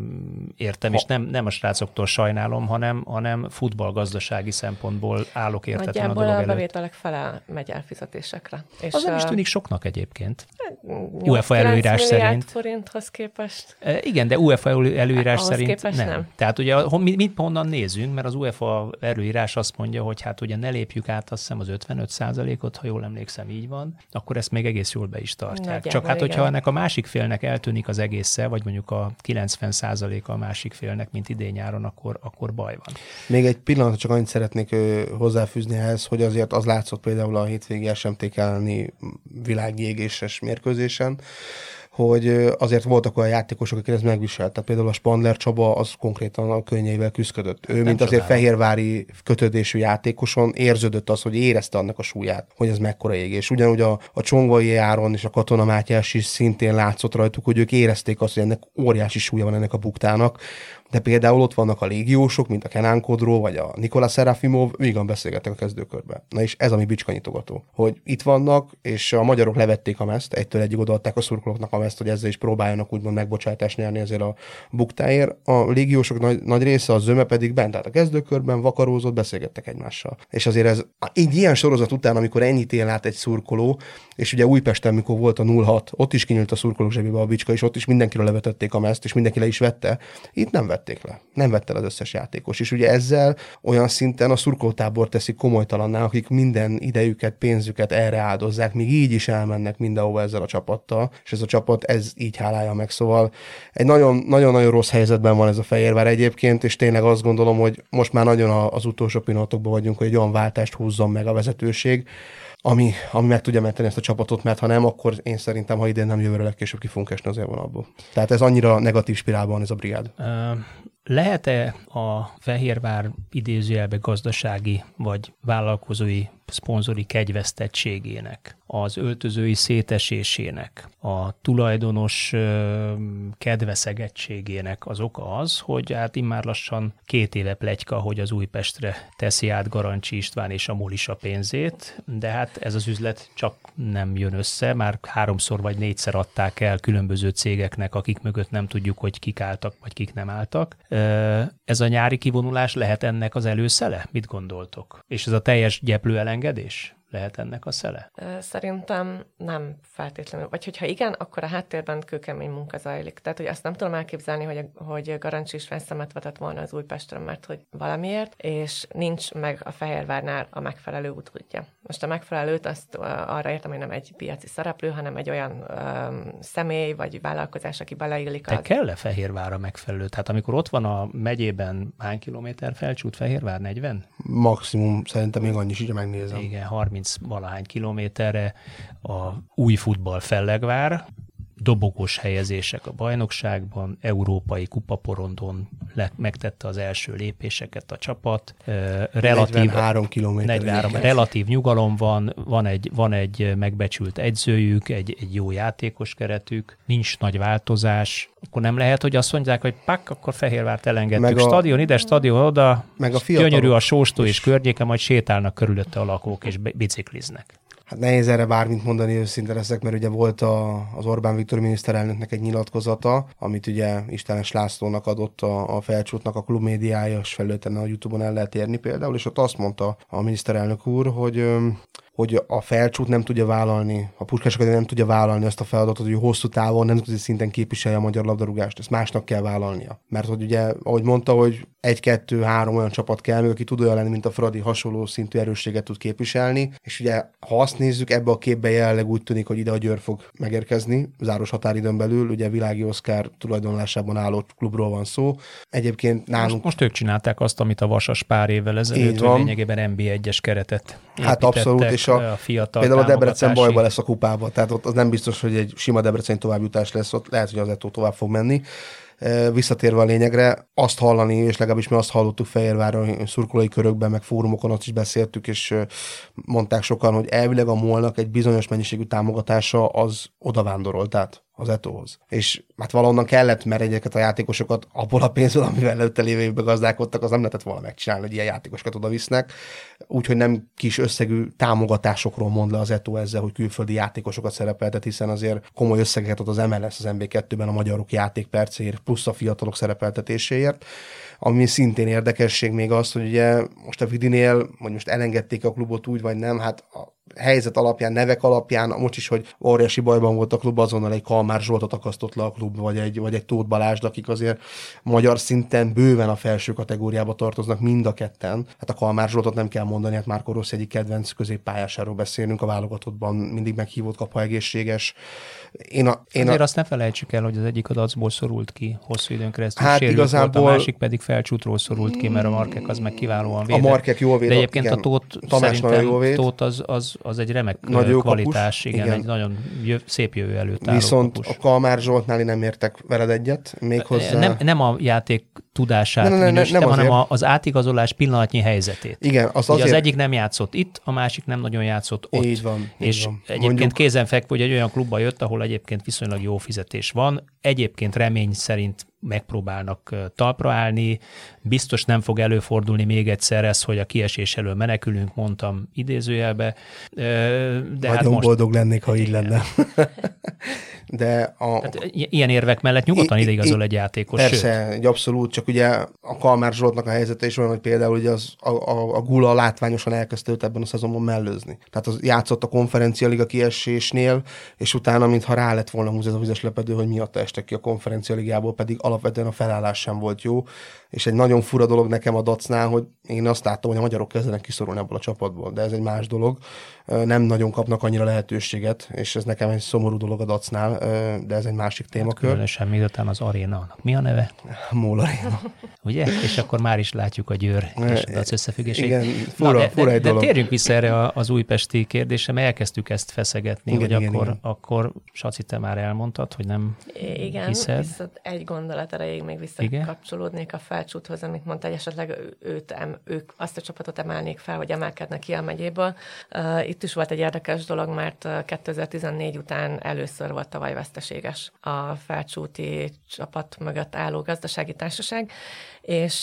Speaker 1: értem, és nem a srácoktól sajnálom, hanem futballgazdasági szempontból állok értetlen a dolog előtt.
Speaker 3: Nagyjából a bevételek fele megy elfizetésekre.
Speaker 1: Az nem is tűnik soknak egyébként. UEFA előírás szerint.
Speaker 3: Forinthoz képest.
Speaker 1: Igen, de UEFA előírás szerint
Speaker 3: nem.
Speaker 1: Tehát ugye honnan nézünk, mert az UEFA előírás azt mondja, hogy hát ugye ne lépjük át, azt hiszem az 55%-ot, ha jól emlékszem, így van, akkor ezt még egész jól be is tartják. Nagyjából, csak hát, hogyha ennek a másik félnek eltűnik az egésze, vagy mondjuk a 90%-a a másik félnek, mint idén nyáron, akkor baj van.
Speaker 2: Még egy pillanat, csak annyit szeretnék hozzáfűzni ehhez, hogy azért az látszott például a hétvégi SMT elleni világjégéses mérkőzésen, hogy azért voltak olyan játékosok, akik ezt megviselt. Tehát például a Spandler Csaba az konkrétan a könnyeivel küzdött. Ő, mint azért fehérvári kötődésű játékoson érződött az, hogy érezte annak a súlyát, hogy ez mekkora égés. Ugyanúgy a Csongvai Áron és a Katona Mátyás is szintén látszott rajtuk, hogy ők érezték azt, hogy ennek óriási súlya van ennek a buktának. De például ott vannak a légiósok, mint a Kenan Kodró, vagy a Nikola Serafimov, vígan beszélgettek a kezdőkörben. Na és ez a mi bicskanyitogató, hogy itt vannak, és a magyarok levették a mezt, egytől egyig odaadták a szurkolóknak a mezt, hogy ezzel is próbáljanak úgymond megbocsátást nyerni ezért a buktáért. A légiósok nagy része, a zöme pedig bent állt a kezdőkörben, vakarózott, beszélgettek egymással. És azért ez egy ilyen sorozat után, amikor ennyit él át egy szurkoló, és ugye Újpesten, mikor volt a 0-6, ott is kinyílt a szurkolók zsebébe a bicska, és ott is mindenkiről levetették a mezt, és mindenki le is vette. Itt nem vették le. Nem vette le az összes játékos. És ugye ezzel olyan szinten a szurkolótábor teszik komolytalanná, akik minden idejüket, pénzüket erre áldozzák, még így is elmennek mindenhova ezzel a csapattal, és ez a csapat ez így hálálja meg. Szóval egy nagyon-nagyon rossz helyzetben van ez a Fehérvár egyébként, és tényleg azt gondolom, hogy most már nagyon az utolsó pillanatokban vagyunk, hogy egy olyan váltást húzzon meg a vezetőség, ami meg tudja menteni ezt a csapatot, mert ha nem, akkor én szerintem, ha idén nem jövőre legkésőbb ki fogunk esni az élvonalból. Tehát ez annyira negatív spirálban ez a brigád.
Speaker 1: Lehet-e a Fehérvár idézőjelbe gazdasági vagy vállalkozói szponzori kegyvesztettségének, az öltözői szétesésének, a tulajdonos kedveszegettségének az oka az, hogy hát immár lassan 2 éve pletyka, hogy az Újpestre teszi át Garancsi István és a Molisa pénzét, de hát ez az üzlet csak nem jön össze, már 3-szor vagy 4-szer adták el különböző cégeknek, akik mögött nem tudjuk, hogy kik álltak, vagy kik nem álltak. Ez a nyári kivonulás lehet ennek az előszele? Mit gondoltok? És ez a teljes gyeplő elengedés? Lehet ennek a szele?
Speaker 3: Szerintem nem feltétlenül. Vagy hogyha igen, akkor a háttérben kőkemény munka zajlik. Tehát, hogy azt nem tudom elképzelni, hogy Garancsi István szemet vetett volna az Újpestre, mert hogy valamiért, és nincs meg a Fehérvárnál a megfelelő utódja. Most a megfelelőt azt arra értem, hogy nem egy piaci szereplő, hanem egy olyan személy vagy vállalkozás, aki beleillik.
Speaker 1: De kell-e Fehérvárra megfelelő? Tehát amikor ott van a megyében hány kilométer Felcsút, Fehérvár? 40?
Speaker 2: Maximum szerintem még annyi is, így megnézem.
Speaker 1: Igen, 30-valahány kilométerre a új futball Fellegvár, dobogós helyezések a bajnokságban, európai kupaporondon megtette az első lépéseket a csapat.
Speaker 2: 43 kilométer.
Speaker 1: Relatív nyugalom van egy megbecsült egyzőjük, egy jó játékos keretük, nincs nagy változás. Akkor nem lehet, hogy azt mondják, hogy akkor Fehérvárt elengedtük. Stadion ide, stadion oda,
Speaker 2: meg a
Speaker 1: gyönyörű a Sóstó és környéke, majd sétálnak körülötte a lakók és bicikliznek.
Speaker 2: Hát nehéz erre bármit mondani, őszinte leszek, mert ugye volt az Orbán Viktor miniszterelnöknek egy nyilatkozata, amit ugye Istenes Lászlónak adott a Felcsútnak a klubmédiája, és felületen a YouTube-on el lehet érni például, és ott azt mondta a miniszterelnök úr, hogy a Felcsút nem tudja vállalni, a Puskás Akadémia nem tudja vállalni azt a feladatot, hogy hosszú távon nemzetközi szinten képviselje a magyar labdarúgást. Ezt másnak kell vállalnia. Mert hogy ugye, ahogy mondta, hogy 1-2-3 olyan csapat kell, még aki tud olyan lenni, mint a Fradi, hasonló szintű erősséget tud képviselni. És ugye, ha azt nézzük, ebbe a képbe jelenleg úgy tűnik, hogy ide a Győr fog megérkezni, záros határidőn belül, ugye Világi Oszkár tulajdonlásában álló klubról van szó. Egyébként nálunk...
Speaker 1: Most ők csinálták azt, amit a Vasas pár évvel ezelőtt, hogy lényegében NB1-es keretet
Speaker 2: hát abszolút, és
Speaker 1: a fiatal
Speaker 2: például a Debrecen bajba lesz a kupába, tehát ott az nem biztos, hogy egy sima Debreceni továbbjutás lesz, ott lehet, hogy az Eto tovább fog menni. Visszatérve a lényegre, azt hallani, és legalábbis mi azt hallottuk Fehérváron szurkolói körökben, meg fórumokon azt is beszéltük, és mondták sokan, hogy elvileg a MOL-nak egy bizonyos mennyiségű támogatása az odavándorolt át az Etóhoz. És hát valahonnan kellett, mert egyébként a játékosokat abból a pénzből, amivel előtte lévő évben gazdálkodtak, az nem lehetett volna megcsinálni, hogy ilyen játékosokat oda visznek. Úgyhogy nem kis összegű támogatásokról mond le az Etó ezzel, hogy külföldi játékosokat szerepeltet, hiszen azért komoly összegeket ad az MLS az MB2-ben a magyarok játékpercéért, plusz a fiatalok szerepeltetéséért. Ami szintén érdekesség még az, hogy ugye most a Vidinél, vagy most elengedték a klubot úgy, vagy nem, hát a helyzet alapján, nevek alapján, most is, hogy óriási bajban volt a klub, azonnal egy Kalmár Zsoltot akasztott le a klub, vagy egy Tóth Balázs, akik azért magyar szinten bőven a felső kategóriába tartoznak mind a ketten. Hát a Kalmár Zsoltot nem kell mondani, hát Márko Rossi egyik kedvenc középpályásáról beszélünk, a válogatottban mindig meghívott, kapha egészséges.
Speaker 1: Azért azt ne felejtsük el, hogy az egyik a dacból szorult ki hosszú időn keresztül,
Speaker 2: hát
Speaker 1: sérült
Speaker 2: igazából...
Speaker 1: volt, a másik pedig Felcsútról szorult ki, mert a Markek az meg kiválóan védett.
Speaker 2: A Markek jól védett,
Speaker 1: de egyébként
Speaker 2: igen.
Speaker 1: A Tóth
Speaker 2: Tamás
Speaker 1: szerintem Tóth az egy remek
Speaker 2: nagy
Speaker 1: kvalitás,
Speaker 2: kapus,
Speaker 1: igen, egy nagyon szép jövő előtt álló
Speaker 2: viszont
Speaker 1: kapus.
Speaker 2: A Kalmár Zsoltnál nem értek veled egyet, méghozzá...
Speaker 1: Nem a játék tudását minősítem, hanem az átigazolás pillanatnyi helyzetét.
Speaker 2: Igen,
Speaker 1: az egyik nem játszott itt, a másik nem nagyon játszott ott.
Speaker 2: Így van.
Speaker 1: És egyébként kézenfekvő, hogy egy olyan klubba jött, ahol egyébként viszonylag jó fizetés van, egyébként remény szerint megpróbálnak talpra állni, biztos nem fog előfordulni még egyszer ez, hogy a kiesés elől menekülünk, mondtam idézőjelbe. De
Speaker 2: nagyon most boldog lennék, ha így lenne. De
Speaker 1: ilyen érvek mellett nyugodtan ideigazol egy játékos.
Speaker 2: Persze, egy abszolút, csak ugye a Kalmár Zsoltnak a helyzete is olyan, hogy például ugye a Gula látványosan elkezdte őt ebben a szezonban mellőzni. Tehát az játszott a konferencialiga kiesésnél, és utána, mintha rá lett volna húzni ez a vizes lepedő, hogy miatta estek ki a konferencialigából, pedig alapvetően a felállás sem volt jó, és egy nagyon fura dolog nekem a Dacnál, hogy én azt láttam, hogy a magyarok kezdenek kiszorulni ebből a csapatból, de ez egy más dolog. Nem nagyon kapnak annyira lehetőséget, és ez nekem egy szomorú dolog a Dacnál, de ez egy másik témakör.
Speaker 1: Különösen miután az arénának. Mi a neve?
Speaker 2: MOL Aréna.
Speaker 1: Ugye? És akkor már is látjuk a Győr és a Dac összefüggését.
Speaker 2: Igen, fura egy dolog.
Speaker 1: De térjünk vissza erre az újpesti kérdésre, mert elkezdtük ezt feszegetni, igen, hogy akkor Saci, te már elmondtad, hogy nem hiszed.
Speaker 3: Viszont egy gondolat erejéig még visszakapcsolódnék a Felcsúthoz, amit mondta, hogy esetleg ők azt a csapatot emelnék fel, hogy emelkednek ki a megyéből. Itt is volt egy érdekes dolog, mert 2014 után először volt tavaly veszteséges a felcsúti csapat mögött álló gazdasági társaság, és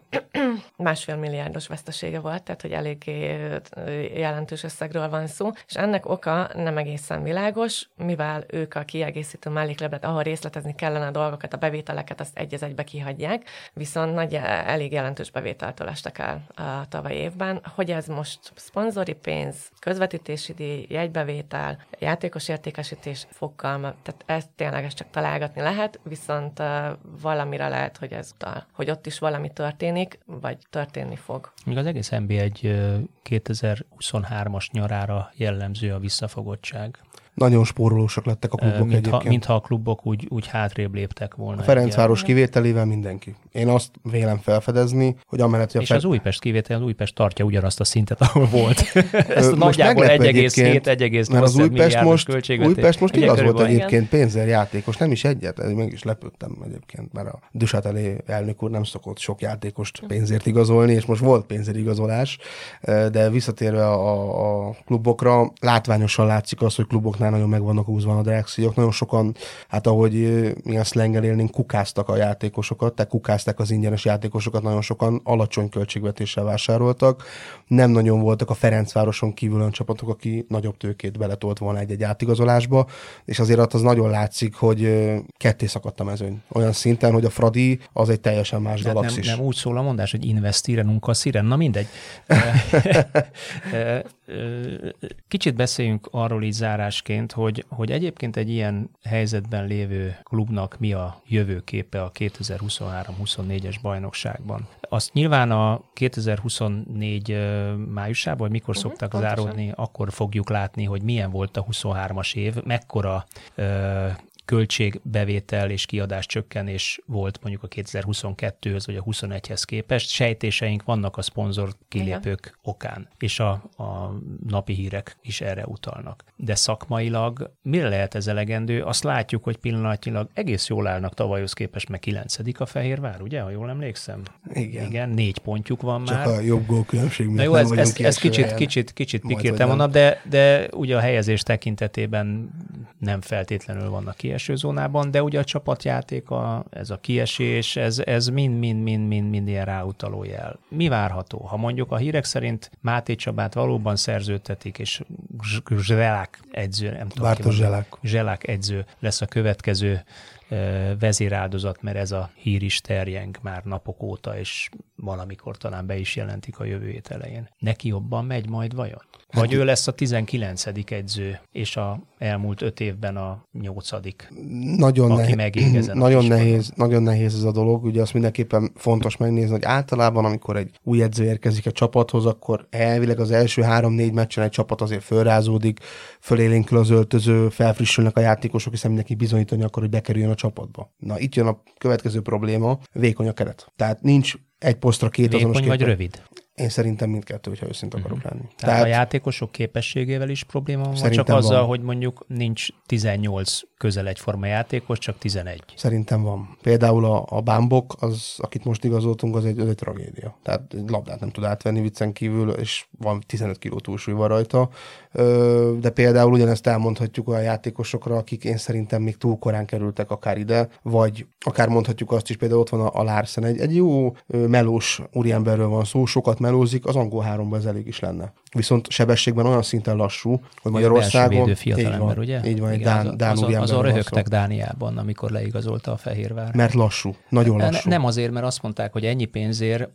Speaker 3: 1,5 milliárdos vesztesége volt, tehát hogy eléggé jelentős összegről van szó, és ennek oka nem egészen világos, mivel ők a kiegészítő mellékletet, ahol részletezni kellene a dolgokat, a bevételeket, azt egy az egybe kihagyják, viszont elég jelentős bevételtől estek el a tavaly évben. Hogy ez most szponzori pénz, közvetítési díj, jegybevétel, játékos értékesítés, fogalma, tehát ezt tényleg csak találgatni lehet, viszont valamire lehet, hogy ez utal, hogy ott is valami történik, vagy történni fog.
Speaker 1: Még az egész NB egy 2023-as nyarára jellemző a visszafogottság.
Speaker 2: Nagyon spórolósak lettek a klubok egyébként.
Speaker 1: Mintha a klubok úgy hátrébb léptek volna.
Speaker 2: A Ferencváros kivételével mindenki. Én azt vélem felfedezni, hogy amellett, hogy
Speaker 1: és az Újpest kivétel, az Újpest tartja ugyanazt a szintet, ahol volt. Ezt a nagyjából 1,7-1,8 milliárdos költségvetés.
Speaker 2: Újpest most igaz volt egyébként pénzzel játékos, nem is egyet, meg is lepődtem egyébként, mert a Dussatelé elnök úr nem szokott sok játékost pénzért igazolni, és most volt pénzért igazolás, de visszatérve a klubokra, látványosan látszik az, hogy kluboknál nagyon meg vannak húzva a drágszíjak. Nagyon sokan, hát ahogy milyen szlenggel élnénk, kukáztak a játékosokat, tehát kukázták az ingyenes játékosokat, nagyon sokan alacsony költségvetéssel vásároltak. Nem nagyon voltak a Ferencvároson kívül olyan csapatok, aki nagyobb tőkét beletolt volna egy átigazolásba, és azért az nagyon látszik, hogy ketté szakadt a mezőny. Olyan szinten, hogy a Fradi az egy teljesen más galaxis.
Speaker 1: Nem úgy szól a mondás, hogy investíre nunca sziren, na mindegy. Kicsit beszéljünk arról így zárásként, hogy egyébként egy ilyen helyzetben lévő klubnak mi a jövőképe a 2023-24-es bajnokságban. Azt nyilván a 2024 májusában, vagy mikor szokták záródni, akkor fogjuk látni, hogy milyen volt a 23-as év, mekkora költségbevétel és kiadás csökkenés volt mondjuk a 2022-höz vagy a 21-hez képest. Sejtéseink vannak a szponzor kilépők okán, és a napi hírek is erre utalnak. De szakmailag mire lehet ez elegendő? Azt látjuk, hogy pillanatnyilag egész jól állnak tavalyhoz képest, meg 9. a Fehérvár, ugye, ha jól emlékszem?
Speaker 2: Igen.
Speaker 1: 4 pontjuk van
Speaker 2: csak
Speaker 1: már.
Speaker 2: Csak a jobb gólkülönbség miatt
Speaker 1: nem vagyunk ki. Ez kicsit pikírtem volna, de ugye a helyezés tekintetében nem feltétlenül vannak kieső zónában, de ugye a csapatjáték, ez a kiesés, ez mind ilyen ráutaló jel. Mi várható? Ha mondjuk a hírek szerint Máté Csabát valóban szerződtetik, és Zselák edző, nem tudom, Zselák edző lesz a következő vezéráldozat, mert ez a hír is terjeng már napok óta, és valamikor talán be is jelentik a jövő hét elején. Neki jobban megy majd vajon? Vagy ő lesz a 19. edző, és a elmúlt 5 évben a 8.
Speaker 2: Nagyon nehéz ez a dolog. Ugye azt mindenképpen fontos megnézni, hogy általában, amikor egy új edző érkezik a csapathoz, akkor elvileg az első 3-4 meccsen egy csapat azért fölrázódik, fölélénkül az öltöző, felfrissülnek a játékosok, hiszen mindenki bizonyítani akar, hogy bekerüljön a csapatba. Na, itt jön a következő probléma, vékony a keret. Tehát nincs egy posztra két azonos
Speaker 1: vagy rövid?
Speaker 2: Én szerintem mindkettő, hogyha őszinte akarok lenni.
Speaker 1: Tehát a játékosok képességével is probléma van, vagy csak azzal, hogy mondjuk nincs 18 közel egyforma játékos, csak 11?
Speaker 2: Szerintem van. Például a Bámbok, akit most igazoltunk, az egy tragédia. Tehát egy labdát nem tud átvenni viccen kívül, és van 15 kiló túlsúly van rajta. De például ugyanezt elmondhatjuk olyan játékosokra, akik én szerintem még túl korán kerültek akár ide, vagy akár mondhatjuk azt is, például ott van a Larsen, egy jó melós úriemberről van szó, sokat melózik, az angol 3-ban ez elég is lenne. viszont sebességben olyan szinten lassú, hogy Magyarországon...
Speaker 1: Fiatalember, ugye?
Speaker 2: Így van, Dán úriember.
Speaker 1: Azon röhögtek Dániában, amikor leigazolta a Fehérvár.
Speaker 2: Mert lassú, nagyon lassú.
Speaker 1: Nem azért, mert azt mondták, hogy ennyi pénzért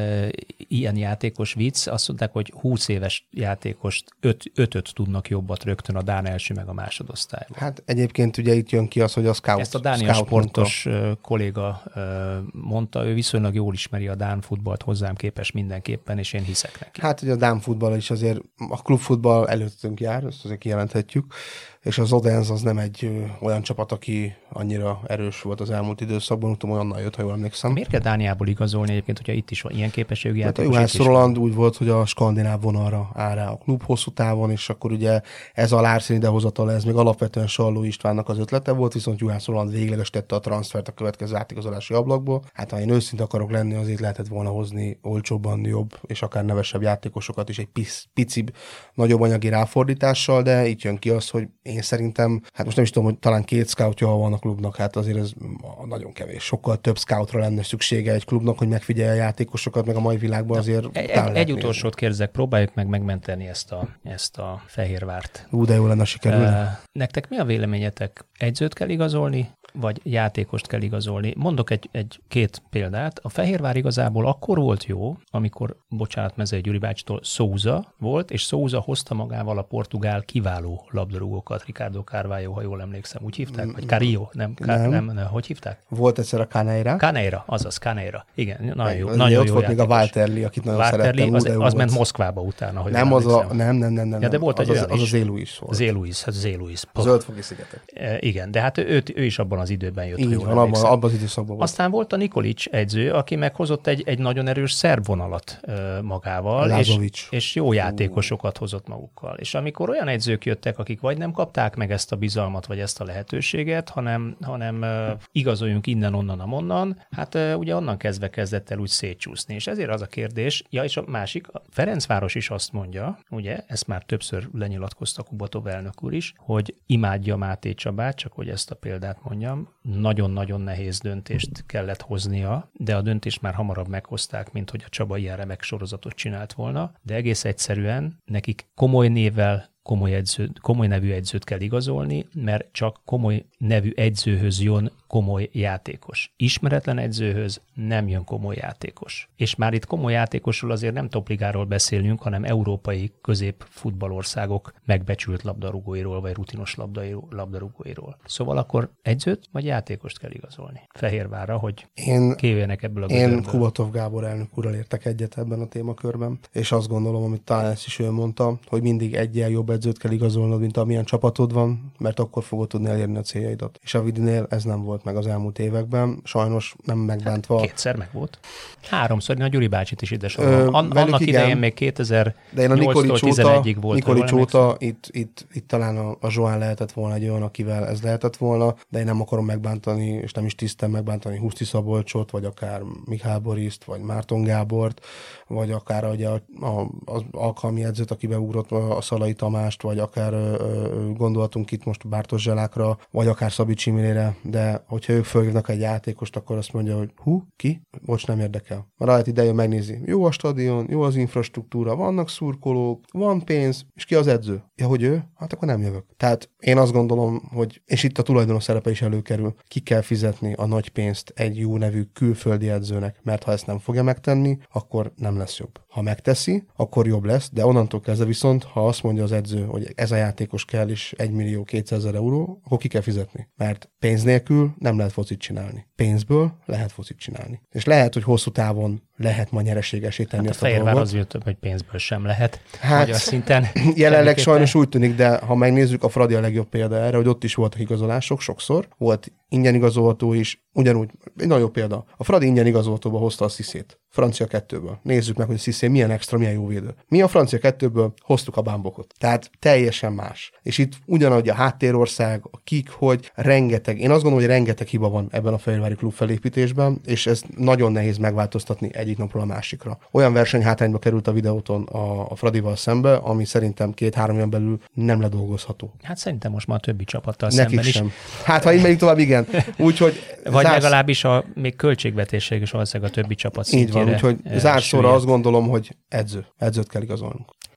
Speaker 1: ilyen játékos vicc, azt mondták, hogy 20 éves játékost 5-öt tudnak jobbat rögtön a dán első meg a másodosztályban.
Speaker 2: Hát egyébként ugye itt jön ki az, hogy a scout.
Speaker 1: Ezt a Dánia sportos kolléga mondta, ő viszonylag jól ismeri a dán futballt hozzám képes mindenképpen, és én hiszek neki.
Speaker 2: Hát ugye a dán futball is azért, a klubfutball előttünk jár, ezt azért kijelenthetjük, és az Odense az nem egy olyan csapat, aki annyira erős volt az elmúlt időszakban, utána olyannal jött, ha jól emlékszem.
Speaker 1: Miért kell Dániából igazolni egyébként, hogyha itt is van ilyen képességű játékos?
Speaker 2: Hát a Juhász Roland úgy volt, hogy a skandináv vonalra áll rá a klub hosszú távon, és akkor ugye ez a Larsen idehozatal, ez még alapvetően Salló Istvánnak az ötlete volt, viszont Juhász Roland végleges tette a transfert a következő átigazolási ablakból. Hát ha én őszinte akarok lenni, azért lehetett volna hozni olcsóbban jobb, és akár nevesebb játékosokat is egy pici, nagyobb anyagi ráfordítással, de itt jön ki az, hogy én szerintem, hát most nem is tudom, hogy talán 2 scoutja van a klubnak, hát azért ez nagyon kevés. Sokkal több scoutra lenne szüksége egy klubnak, hogy megfigyelje a játékosokat, meg a mai világban azért...
Speaker 1: Egy utolsót kérdezek, próbáljuk meg megmenteni ezt a Fehérvárt.
Speaker 2: De jó lenne, sikerül.
Speaker 1: Nektek mi a véleményetek? Edzőt kell igazolni, vagy játékost kell igazolni? Mondok két példát. A Fehérvár igazából akkor volt jó, amikor, bocsánat, Mezei Gyuri bácsitól, Sousa volt, és Sousa hozta magával a portugál kiváló labdarúgókat, Ricardo Carvalho, ha jól emlékszem, úgy hívták? Vagy Carillo? Nem, hogy hívták?
Speaker 2: Volt egyszer a Caneira.
Speaker 1: Caneira. Igen, nagyon jó.
Speaker 2: Nagyon jó ott volt még a Walterli, akit nagyon szerettem.
Speaker 1: Az ment Moszkvába utána, hogy
Speaker 2: nem, nem.
Speaker 1: Ja, de volt egy olyan
Speaker 2: is. Az a Zéluis volt.
Speaker 1: Zéluis.
Speaker 2: A Zöldfogi szigetek.
Speaker 1: Igen, de hát ő is abban az időben jött.
Speaker 2: Így van, abban az időszakban volt.
Speaker 1: Aztán volt a Nikolic edző, aki meghozott egy nagyon erős szerb vonalat magával, és jó játékosokat hozott magukkal. És amikor olyan edzők jöttek, akik vagy nem kapták meg ezt a bizalmat, vagy ezt a lehetőséget, hanem igazoljunk innen, onnan, hát ugye onnan kezdett el úgy szétcsúszni. És ezért az a kérdés, és a másik, a Ferencváros is azt mondja, ugye, ezt már többször lenyilatkozta Kubatov elnök úr is, hogy imádja Máté Csabát, csak hogy ezt a példát mondjam, nagyon-nagyon nehéz döntést kellett hoznia, de a döntést már hamarabb meghozták, mint hogy a Csaba ilyen remek sorozatot csinált volna, de egész egyszerűen nekik komoly névvel, komoly nevű edzőt kell igazolni, mert csak komoly nevű edzőhöz jön komoly játékos. Ismeretlen edzőhöz nem jön komoly játékos. És már itt komoly játékosról azért nem topligáról beszélünk, hanem európai középfutballországok megbecsült labdarúgóiról, vagy rutinos labdarúgóiról. Szóval akkor edzőt vagy játékost kell igazolni Fehérvárra, hogy kijöjjenek ebből a gödörből.
Speaker 2: Én Kubatov Gábor elnök úrral értek egyet ebben a témakörben, és azt gondolom, amit talán ezt is ő mondta, hogy mindig egyen jobb edzőt kell igazolnod, mint amilyen csapatod van, mert akkor fogod tudni elérni a céljaidat. És a Vidinél ez nem volt meg az elmúlt években, sajnos nem megbántva.
Speaker 1: Hát, 2-szer meg volt. 3-szor, én a Gyuri bácsit is ide sorolom. Annak idején még 2008-tól 11-ig volt.
Speaker 2: Nikolic óta itt talán a Zsoán lehetett volna egy olyan, akivel ez lehetett volna, de én nem akarom megbántani, és nem is tisztem megbántani Huszti Szabolcsot, vagy akár Mihály Boriszt, vagy Márton Gábort, vagy akár ugye az alkalmi edzőt, aki beugrott a Szalai Tamást, vagy akár gondolhatunk itt most Bártos Zselákra, vagy akár Szabics Imrére, de hogyha ők fölhívnak egy játékost, akkor azt mondja, hogy ki? Bocs, nem érdekel. Már lehet idejön megnézi. Jó a stadion, jó az infrastruktúra, vannak szurkolók, van pénz, és ki az edző? Ja, hogy ő? Hát akkor nem jövök. Tehát én azt gondolom, hogy, és itt a tulajdonos szerepe is előkerül, ki kell fizetni a nagy pénzt egy jó nevű külföldi edzőnek, mert ha ezt nem fogja megtenni, akkor nem lesz jobb. Ha megteszi, akkor jobb lesz, de onnantól kezdve viszont, ha azt mondja az edző, hogy ez a játékos kell is 1.200.000 euró, akkor ki kell fizetni. Mert pénz nélkül nem lehet focit csinálni. Pénzből lehet focit csinálni. És lehet, hogy hosszú távon lehet ma nyereségesé tenni ezt a dolgot.
Speaker 1: A Fehérvár az jött, hogy pénzből sem lehet.
Speaker 2: Hát,
Speaker 1: magyar szinten.
Speaker 2: Jelenleg sajnos úgy tűnik, de ha megnézzük, a Fradi a legjobb példa erre, hogy ott is voltak igazolások sokszor. Volt ingyen igazolható is, ugyanúgy, egy nagyon jó példa. A Fradi ingyen igazolhatóba hozta a Cissét. Francia 2-ből. Nézzük meg, hogy a Cissé milyen extra, milyen jó védő. Mi a Francia 2-ből hoztuk a Bámbokot. Tehát teljesen más. És itt ugyanúgy a háttérország, a kik, hogy rengeteg, én azt gondolom, hogy rengeteg hiba van ebben a fehérvári klub felépítésben, és ez nagyon nehéz megváltoztatni egyik napról a másikra. Olyan versenyhátrányba került a videóton a Fradival szembe, ami szerintem 2-3 éven belül nem ledolgozható.
Speaker 1: Hát szerintem most már a többi csapattal
Speaker 2: nekik
Speaker 1: szemben
Speaker 2: sem.
Speaker 1: is.
Speaker 2: Hát ha így megyünk tovább, igen. Úgyhogy
Speaker 1: vagy legalábbis még költségvetésig is valószínűleg a többi csapat szintjére.
Speaker 2: Így van, úgyhogy zárszóra azt gondolom, hogy edzőt kell igazolnunk.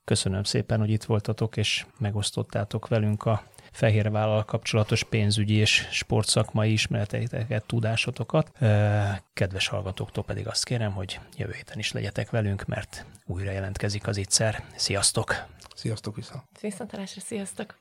Speaker 1: Köszönöm szépen, hogy itt voltatok, és megosztottátok velünk a Fehérvállal kapcsolatos pénzügyi és sportszakmai ismereteket, tudásotokat. Kedves hallgatóktól pedig azt kérem, hogy jövő héten is legyetek velünk, mert újra jelentkezik az ITSZER. Sziasztok!
Speaker 2: Sziasztok vissza!
Speaker 3: Viszontlátásra, sziasztok!